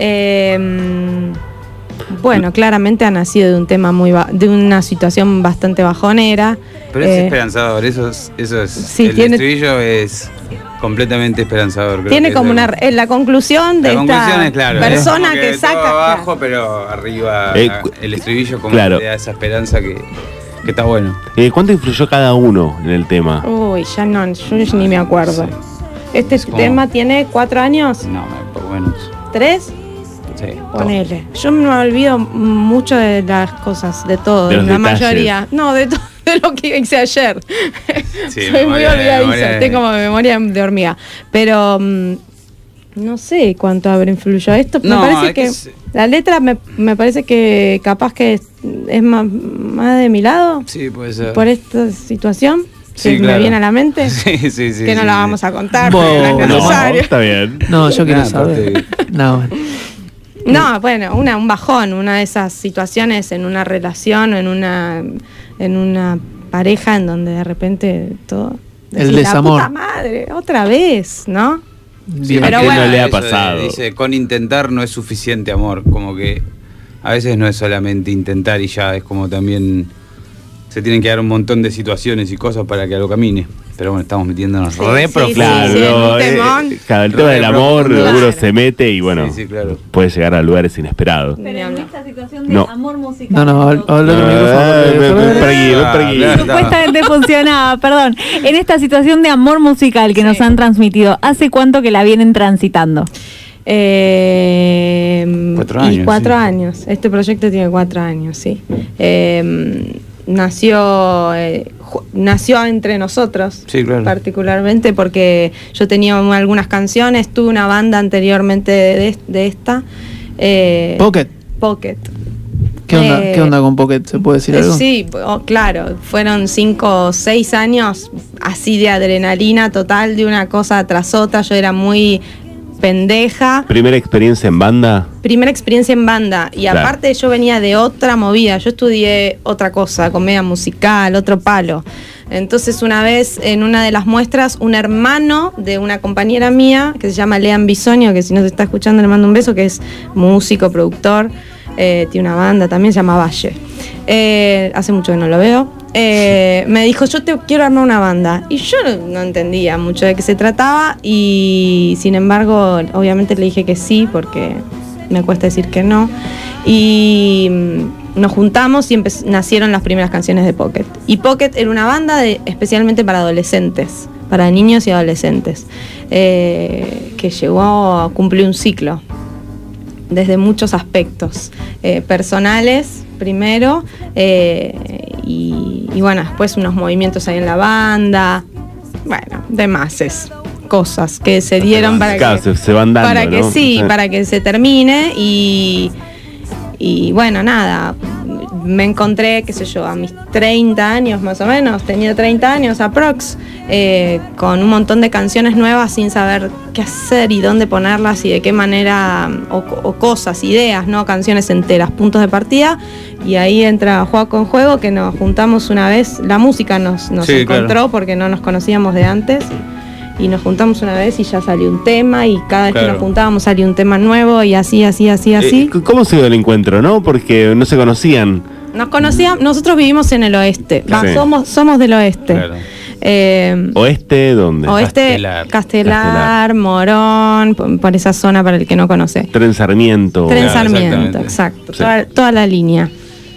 Bueno, claramente ha nacido de un tema de una situación bastante bajonera. Pero es esperanzador, eso es sí, el estribillo es completamente esperanzador. Creo tiene que como es la conclusión de esta persona que saca todo abajo, pero arriba el estribillo como claro. que te da esa esperanza que está bueno. ¿Cuánto influyó cada uno en el tema? Uy, yo ni me acuerdo. Este tema tiene 4 años. No, poco menos. 3. Sí. Ponele. Yo me olvido mucho de las cosas, de todo, de la detalles. Mayoría. No, de todo, de lo que hice ayer. Sí, soy muy olvidadiza, tengo como memoria de hormiga. Pero no sé cuánto habrá influydo esto. Me parece que la letra me parece que capaz que es más de mi lado. Sí, puede ser. Por esta situación. Sí, que claro. me viene a la mente. Sí. Que no la vamos a contar. Bueno, no es necesario. Está bien. No, yo quiero saber. No, No, bueno, un bajón, una de esas situaciones en una relación o en una pareja en donde de repente todo... El desamor. La puta madre, otra vez, ¿no? Bien, pero ¿a quién bueno, no le ha Eso pasado? dice, con intentar no es suficiente amor, como que a veces no es solamente intentar y ya, es como también se tienen que dar un montón de situaciones y cosas para que algo camine. Pero bueno, estamos metiéndonos re profundo. Claro, el tema del amor, uno se mete y bueno, Sí, claro. puede llegar a lugares inesperados. Pero en esta situación de No. amor musical. no, habla con el micrófono. Supuestamente funcionaba, perdón. En esta situación de amor musical que nos han transmitido, ¿hace cuánto que la vienen transitando? 4 años. 4 años. Este proyecto tiene 4 años, sí. Nació entre nosotros, Sí, claro. particularmente porque yo tenía algunas canciones, tuve una banda anteriormente de esta. Pocket. ¿Qué onda con Pocket? ¿Se puede decir algo? Sí, claro, fueron 5 o 6 años así de adrenalina total, de una cosa tras otra. Yo era muy pendeja. ¿Primera experiencia en banda? Primera experiencia en banda. Y Claro. aparte yo venía de otra movida. Yo estudié otra cosa, comedia musical, otro palo. Entonces una vez en una de las muestras, un hermano de una compañera mía, que se llama Lean Bisonio, que si nos está escuchando le mando un beso, que es músico, productor, tiene una banda también, se llama Valle. Hace mucho que no lo veo. Me dijo, yo te quiero armar una banda. Y yo no entendía mucho de qué se trataba y sin embargo, obviamente le dije que sí, porque me cuesta decir que no. Y nos juntamos y nacieron las primeras canciones de Pocket. Y Pocket era una banda especialmente para adolescentes, para niños y adolescentes, que llegó a cumplir un ciclo desde muchos aspectos, personales primero, y bueno, después unos movimientos ahí en la banda, bueno, demás cosas que se dieron para Claro, que se van dando, para que ¿no? sí, para que se termine y bueno, nada, me encontré, qué sé yo, a mis 30 años más o menos, tenía 30 años aprox, con un montón de canciones nuevas sin saber qué hacer y dónde ponerlas y de qué manera, o cosas, ideas, ¿no? Canciones enteras, puntos de partida, y ahí entra Juego con Juego, que nos juntamos una vez, la música nos Sí, encontró, claro. porque no nos conocíamos de antes. Y nos juntamos una vez y ya salió un tema, y cada vez que Claro. nos juntábamos salía un tema nuevo, y así. ¿Cómo se dio el encuentro, no? Porque no se conocían. Nos conocíamos, nosotros vivimos en el oeste, Sí. somos del oeste. Claro. ¿Oeste dónde? Oeste, Castelar, Morón, por esa zona para el que no conoce. Tren Sarmiento. Tren Claro, Sarmiento, exactamente. exacto, Sí. toda la línea.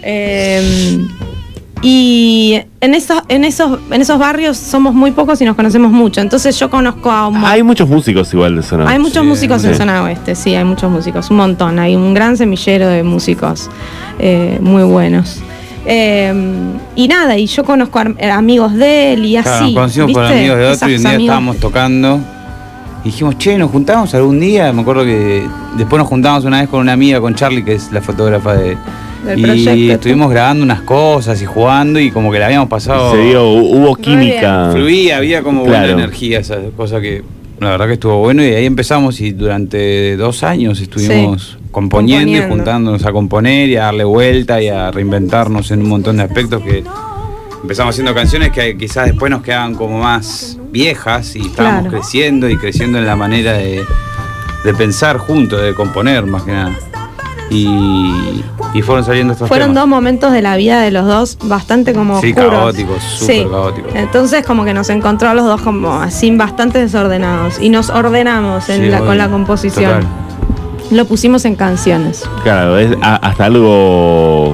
Y en esos barrios somos muy pocos y nos conocemos mucho. Entonces yo conozco a un Hay muchos músicos igual de zona. Hay muchos músicos en Sí. zona oeste, sí, hay muchos músicos, un montón. Hay un gran semillero de músicos muy buenos. Y nada, y yo conozco amigos de él y Claro, así. nos conocimos por ¿viste? amigos de otro y un Esos día amigos- estábamos tocando Y dijimos, che, nos juntamos algún día. Me acuerdo que después nos juntamos una vez con una amiga, con Charlie, que es la fotógrafa del proyecto. Y estuvimos grabando unas cosas y jugando y como que la habíamos pasado. Hubo química. Fluía, había como Claro. buena energía, esa cosa que la verdad que estuvo bueno. Y ahí empezamos y durante 2 años estuvimos componiendo y juntándonos a componer y a darle vuelta y a reinventarnos en un montón de aspectos que empezamos haciendo canciones que quizás después nos quedaban como más viejas y estábamos creciendo en la manera de pensar juntos, de componer más que nada. Y fueron saliendo estos Fueron temas. 2 momentos de la vida de los dos bastante como Sí, oscuros. caóticos, súper caóticos. Entonces como que nos encontró a los dos como así bastante desordenados y nos ordenamos Sí, con la composición. total. Lo pusimos en canciones. Claro, es hasta algo.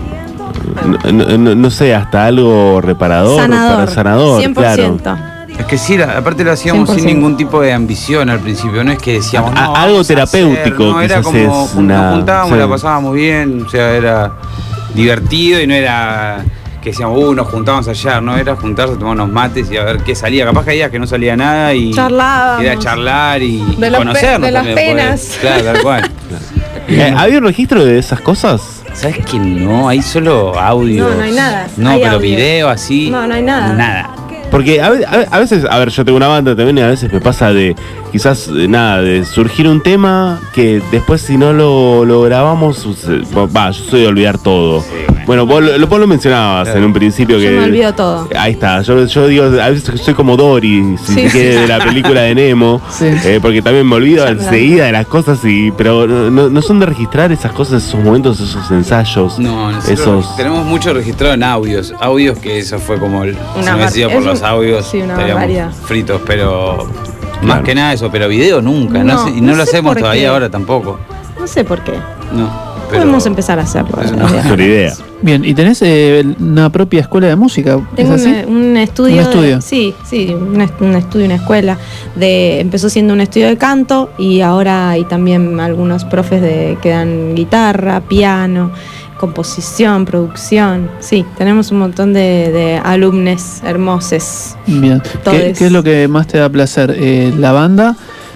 No sé, hasta algo reparador, sanador, 100%. claro. Es que sí, aparte lo hacíamos 100%. sin ningún tipo de ambición al principio, no es que decíamos no, Algo vamos a terapéutico, hacer, no, era quizás como es una- nos juntábamos, sí. la pasábamos bien, o sea, era divertido y no era que decíamos, nos juntábamos allá, no era juntarse, tomar unos mates y a ver qué salía, capaz que hay días que no salía nada y Charlábamos. era charlar y De los conocernos de las también, penas. pues. Claro, tal cual. ¿Había un registro de esas cosas? ¿Sabes que no? Hay solo audio. No hay nada. No, Hay pero audio. video así. No hay nada. Nada. Porque a veces, a ver, yo tengo una banda también y a veces me pasa de, quizás, de surgir un tema que después si no lo grabamos, yo soy de olvidar todo. Bueno, vos lo mencionabas en un principio que... Yo me olvido todo. Ahí está, yo digo, a veces soy como Dory, si Sí, se quiere, sí. de la película de Nemo, porque también me olvido Ya me da. enseguida de las cosas, pero no son de registrar esas cosas, esos momentos, esos ensayos, No, nosotros esos... tenemos mucho registrado en audios que eso fue como si Una no hubiese sido por es los audios, sí, una estaríamos barbaridad. fritos, pero más que nada eso, pero video nunca, No, y no lo sé hacemos por todavía qué. ahora tampoco. No sé por qué. No, pero Podemos empezar a hacerlo. es una mejor idea. Bien, y tenés una propia escuela de música, ¿es Tengo así? un estudio. ¿Un estudio? Sí, un estudio, una escuela. Empezó siendo un estudio de canto y ahora hay también algunos profes que dan guitarra, piano, composición, producción. Sí, tenemos un montón de alumnos hermosos. Bien. Todes. ¿Qué es lo que más te da placer? ¿La banda?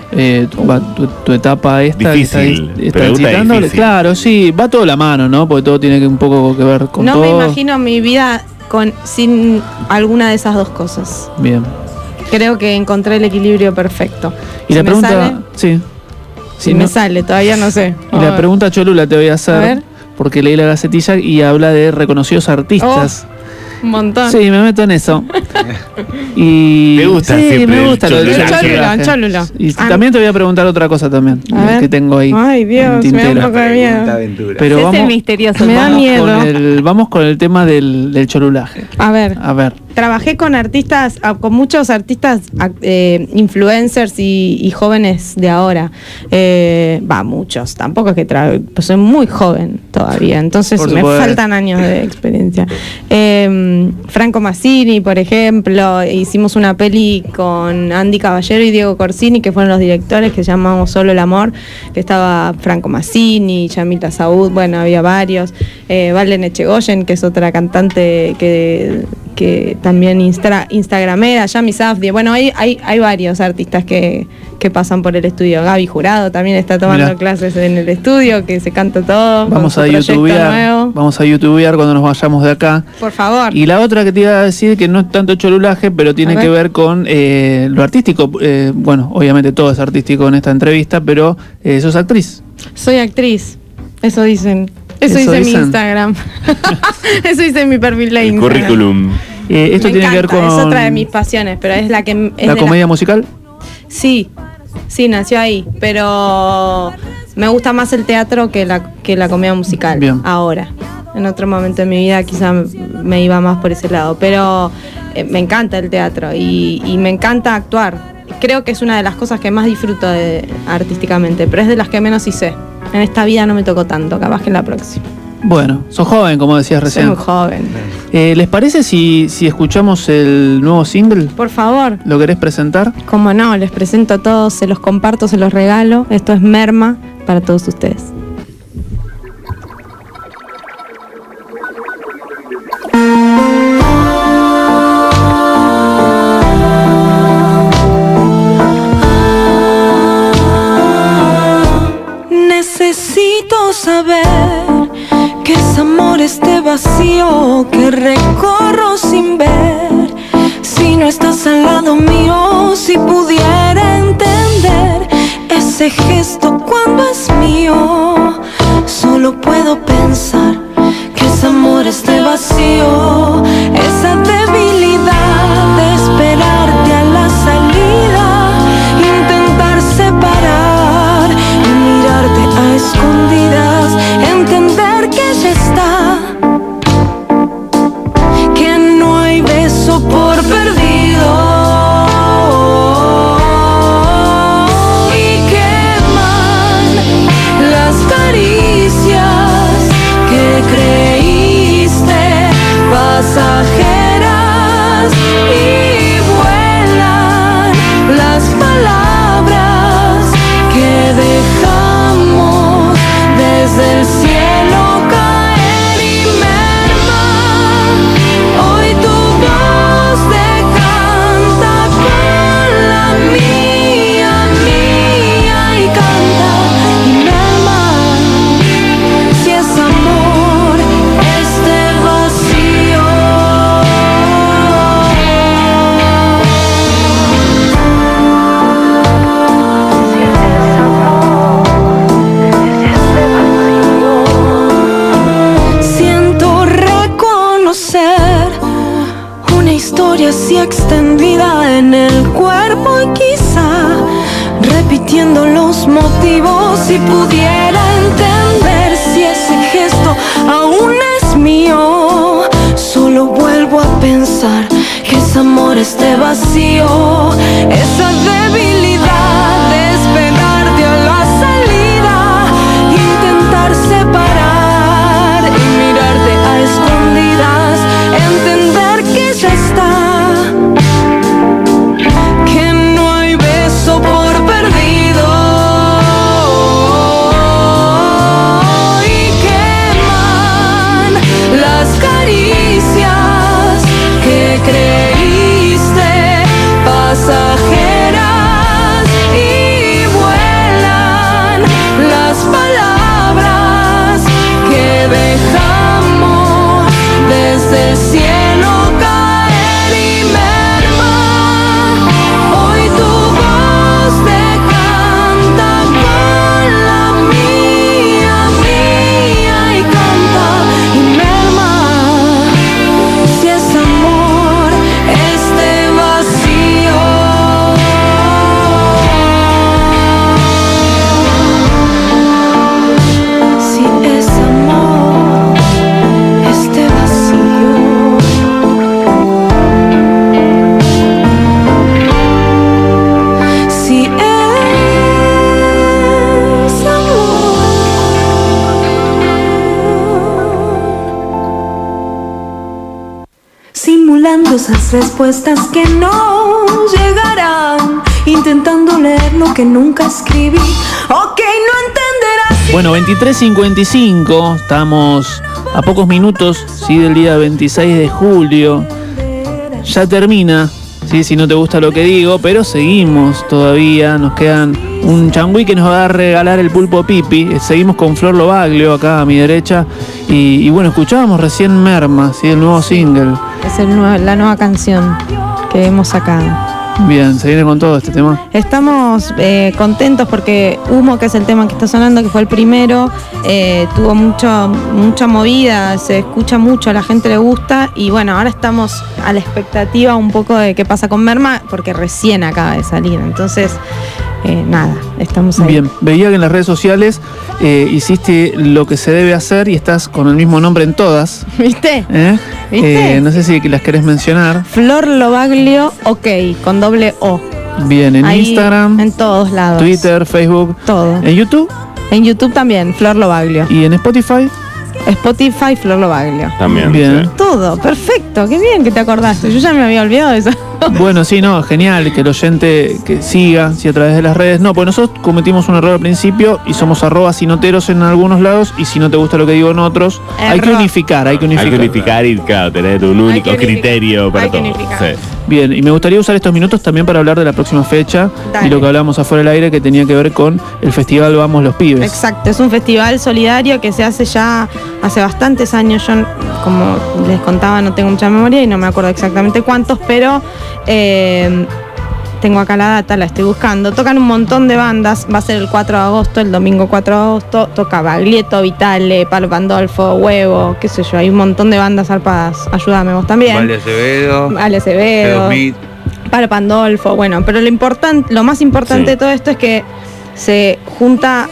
Tu etapa esta Difícil, que está pregunta citando? difícil. Claro, sí, va todo la mano, ¿no? Porque todo tiene un poco que ver con No todo. me imagino mi vida sin alguna de esas dos cosas. Bien. Creo que encontré el equilibrio perfecto. Y Si la me pregunta, sale, sí. si Sí, me no- sale, todavía no sé. Y la pregunta Cholula te voy a hacer, A ver. porque leí la gacetilla y habla de reconocidos artistas. Un montón. Sí, me meto en eso. Y Me gusta sí, siempre me el gusta lo del cholulaje. cholulaje. Cholulo. Y también te voy a preguntar otra cosa también, A ver. que tengo ahí. Ay, en Dios, me da un tintero. poco de miedo. Pero Es vamos, el misterioso. Me da vamos miedo. vamos con el tema del cholulaje. A ver. A ver. Trabajé con artistas, con muchos artistas, influencers y jóvenes de ahora. Muchos. Tampoco es que pues soy muy joven todavía, entonces Por me supuesto. faltan años de experiencia. Franco Massini, por ejemplo, hicimos una peli con Andy Caballero y Diego Corsini, que fueron los directores, que llamamos Solo el Amor, que estaba Franco Massini, Yamila Saúd, bueno, había varios. Valen Echegoyen, que es otra cantante que también instagramera, Yami Safdie. Bueno, hay varios artistas que pasan por el estudio. Gaby Jurado también está tomando Mirá. clases en el estudio, que se canta todo. Vamos con a su proyecto youtubear. nuevo. Vamos a youtubear cuando nos vayamos de acá. Por favor. Y la otra que te iba a decir, que no es tanto cholulaje, pero tiene A ver. que ver con lo artístico. Bueno, obviamente todo es artístico en esta entrevista, pero sos actriz. Soy actriz. Eso dicen. Eso Eso dice mi dicen. Instagram. Eso dice mi perfil de El Instagram. currículum. Esto Me tiene que ver encanta, con es otra de mis pasiones, pero es la que es la de comedia musical. Sí, nació ahí, pero me gusta más el teatro que la comedia musical. Bien. Ahora. En otro momento de mi vida quizá me iba más por ese lado, pero me encanta el teatro y me encanta actuar. Creo que es una de las cosas que más disfruto artísticamente, pero es de las que menos hice. En esta vida no me tocó tanto, capaz que en la próxima. Bueno, sos joven, como decías Soy recién. muy joven. ¿Les parece si escuchamos el nuevo single? Por favor. ¿Lo querés presentar? Como no, les presento a todos, se los comparto, se los regalo. Esto es Merma para todos ustedes. necesito saber que es amor este vacío que recorro sin ver. Si no estás al lado mío, si pudiera entender ese gesto cuando es mío, solo puedo pensar que es amor este vacío, esa debilidad de esperarte a la salida, intentar separar y mirarte a escondidas, entender que ya está, que no hay beso por perdido. Pasajeras y vuelan las palabras que dejamos desde el cielo caer y merma. Hoy tu voz decanta con la mía, mía y canta y merma. Si es amor este vacío. Una historia así extendida en el cuerpo y quizá repitiendo los motivos. Si pudiera entender si ese gesto aún es mío, solo vuelvo a pensar que es amor este vacío, esa debilidad de esperarte a la salida, intentar separar y mirarte a escondidas, entender que ya está, que no hay beso por perdido y queman las caricias que creíste pasajeras y vuelan las palabras que dejamos desde el cielo caer y merma. Hoy tu voz decanta con la mía, mía y canta y merma. Si es amor este vacío. Si es amor este vacío. Si es amor, simulando esas respuestas que no llegarán, intentando leer lo que nunca escribí. Ok, no entenderás. Bueno, 23:55, estamos a pocos minutos, ¿sí?, del día 26 de julio. Ya termina, ¿sí?, si no te gusta lo que digo, pero seguimos todavía, nos quedan un changüí que nos va a regalar el Pulpo Pipi. Seguimos con Flor Lobaglio acá a mi derecha y bueno, escuchábamos recién Merma, ¿sí?, el nuevo single. Es la nueva canción que hemos sacado. Bien, se viene con todo este tema. Estamos contentos porque Humo, que es el tema que está sonando, que fue el primero, tuvo mucha movida, se escucha mucho, a la gente le gusta y bueno, ahora estamos a la expectativa un poco de qué pasa con Merma porque recién acaba de salir, entonces nada, estamos ahí. Bien, veía que en las redes sociales hiciste lo que se debe hacer y estás con el mismo nombre en todas. ¿Viste? ¿Viste? No sé si las querés mencionar. Flor Lobaglio, ok, con doble O. Bien, en ahí, Instagram, en todos lados. Twitter, Facebook, todo. ¿En YouTube? En YouTube también, Flor Lobaglio. ¿Y en Spotify? Spotify, Flor Lobaglio. También. Bien. Sí. Todo, perfecto, qué bien que te acordaste. Yo ya me había olvidado de eso. Bueno, sí, no, genial que el oyente que siga, si a través de las redes. No, pues nosotros cometimos un error al principio y somos @sinoteros en algunos lados y si no te gusta lo que digo en otros, hay que unificar. Hay que unificar y claro, tener un único criterio para todo. Sí. Bien, y me gustaría usar estos minutos también para hablar de la próxima fecha. Dale. Y lo que hablábamos afuera del aire que tenía que ver con el festival Vamos los Pibes. Exacto, es un festival solidario que se hace ya hace bastantes años. Yo, como les contaba, no tengo mucha memoria y no me acuerdo exactamente cuántos, pero tengo acá la data, la estoy buscando. Tocan un montón de bandas, va a ser el 4 de agosto, el domingo 4 de agosto. Toca Baglietto, Vitale, Palo Pandolfo, Huevo, qué sé yo, hay un montón de bandas zarpadas. Ayúdame vos también. Vale Acevedo. Pedro Smith. Palo Pandolfo, bueno, pero lo más importante de todo esto es que se junta.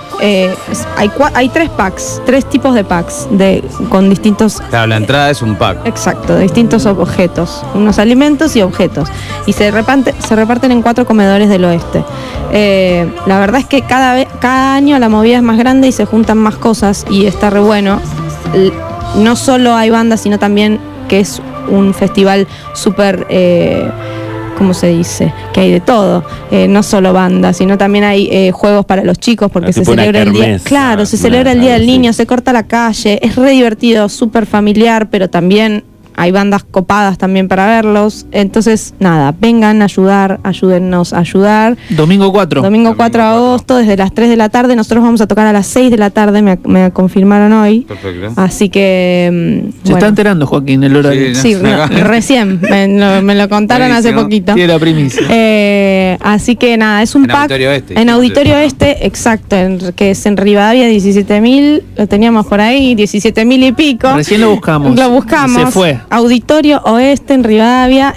Hay 3 packs, 3 tipos de packs con distintos. Claro, la entrada es un pack. Exacto, de distintos objetos, unos alimentos y objetos. Y se reparten en 4 comedores del oeste. La verdad es que cada año la movida es más grande y se juntan más cosas y está re bueno. No solo hay bandas, sino también que es un festival súper. ¿Cómo se dice? Que hay de todo. No solo bandas, sino también hay juegos para los chicos, porque se celebra el día. Claro, se celebra el Día del Niño, se corta la calle. Es re divertido, súper familiar, pero también hay bandas copadas también para verlos. Entonces, nada, vengan a ayudar, ayúdennos a ayudar. Domingo 4. Domingo 4 de agosto, desde las 3 de la tarde. Nosotros vamos a tocar a las 6 de la tarde, me confirmaron hoy. Perfecto. Así que. Se está enterando, Joaquín, el horario. Sí, recién. Me lo contaron hace poquito. Tiene la primicia. Así que nada, es un En pack. Auditorio Este. En Auditorio Este, exacto, que es en Rivadavia, 17.000. Lo teníamos por ahí, 17.000 y pico. Recién lo buscamos. Lo buscamos. Se fue. Auditorio Oeste en Rivadavia.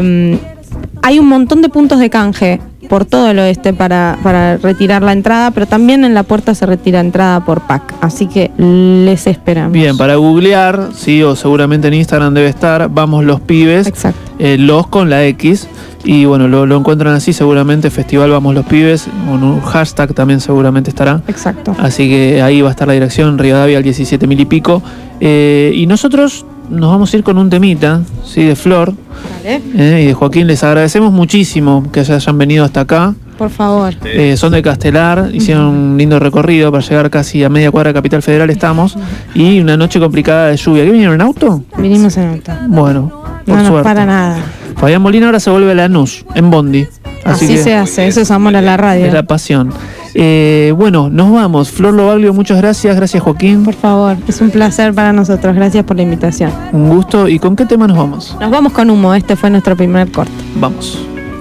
Hay un montón de puntos de canje por todo el oeste para retirar la entrada, pero también en la puerta se retira entrada por pack. Así que les esperamos. Bien, para googlear, sí, o seguramente en Instagram debe estar, Vamos los Pibes. Exacto. Los con la X. Y bueno, lo encuentran así seguramente, Festival Vamos los Pibes, con un hashtag también seguramente estará. Exacto. Así que ahí va a estar la dirección, Rivadavia al 17.000 y pico. Y nosotros nos vamos a ir con un temita, ¿sí? De Flor. Vale. Y de Joaquín. Les agradecemos muchísimo que se hayan venido hasta acá. Por favor. Son de Castelar, hicieron un lindo recorrido para llegar casi a media cuadra de Capital Federal estamos. Y una noche complicada de lluvia. ¿Qué vinieron en auto? Vinimos en auto. Bueno, por no nos suerte. para nada. Fabián Molina ahora se vuelve a Lanús, en Bondi. Así que se hace, eso es amor a la radio. es la pasión. Bueno, nos vamos. Flor Lobaglio, muchas gracias. Gracias, Joaquín. Por favor, es un placer para nosotros. Gracias por la invitación. Un gusto. ¿Y con qué tema nos vamos? Nos vamos con Humo. Este fue nuestro primer corte. Vamos.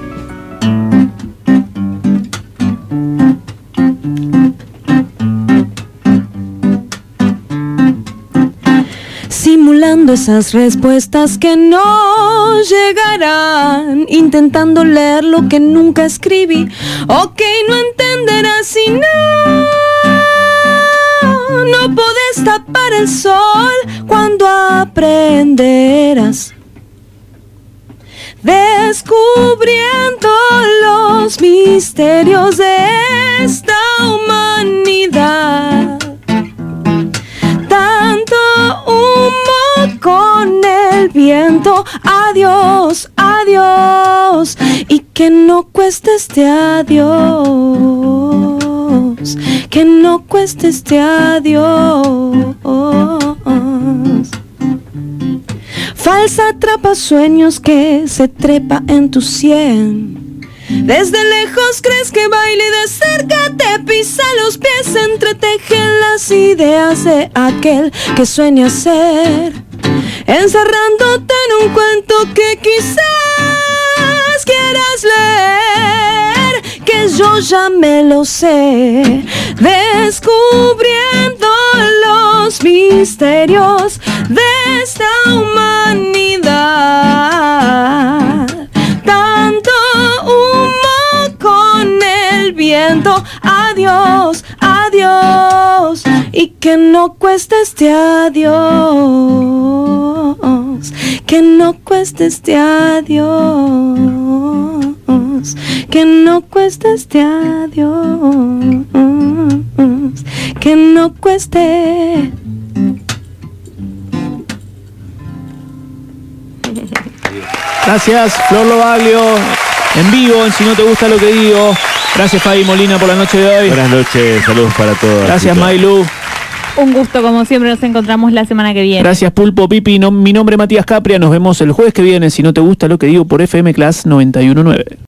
Simulando esas respuestas que no llegarán, intentando leer lo que nunca escribí. Ok, no entenderás si no podés tapar el sol cuando aprenderás. Descubriendo los misterios de esta humanidad. Tanto humo con el viento. Adiós, adiós. Y que no cueste este adiós. Que no cueste este adiós. Falsa atrapa sueños que se trepa en tu sien. Desde lejos crees que baila y de cerca te pisa los pies. Entretejen las ideas de aquel que sueña ser, encerrándote en un cuento que quizás quieras leer, que yo ya me lo sé. Descubriendo los misterios de esta humanidad. Tanto humo con el viento. Adiós, adiós. Y que no cueste este adiós. Que no cueste este adiós. Que no cueste este adiós. Que no cueste. Gracias, Flor Lobaglio. En vivo, en Si No Te Gusta Lo Que Digo. Gracias, Fabi Molina, por la noche de hoy. Buenas noches, saludos para todos. Gracias, Mailu. Un gusto, como siempre, nos encontramos la semana que viene. Gracias, Pulpo, Pipi. Mi nombre es Matías Capria. Nos vemos el jueves que viene. Si no te gusta lo que digo por FM Class 91.9.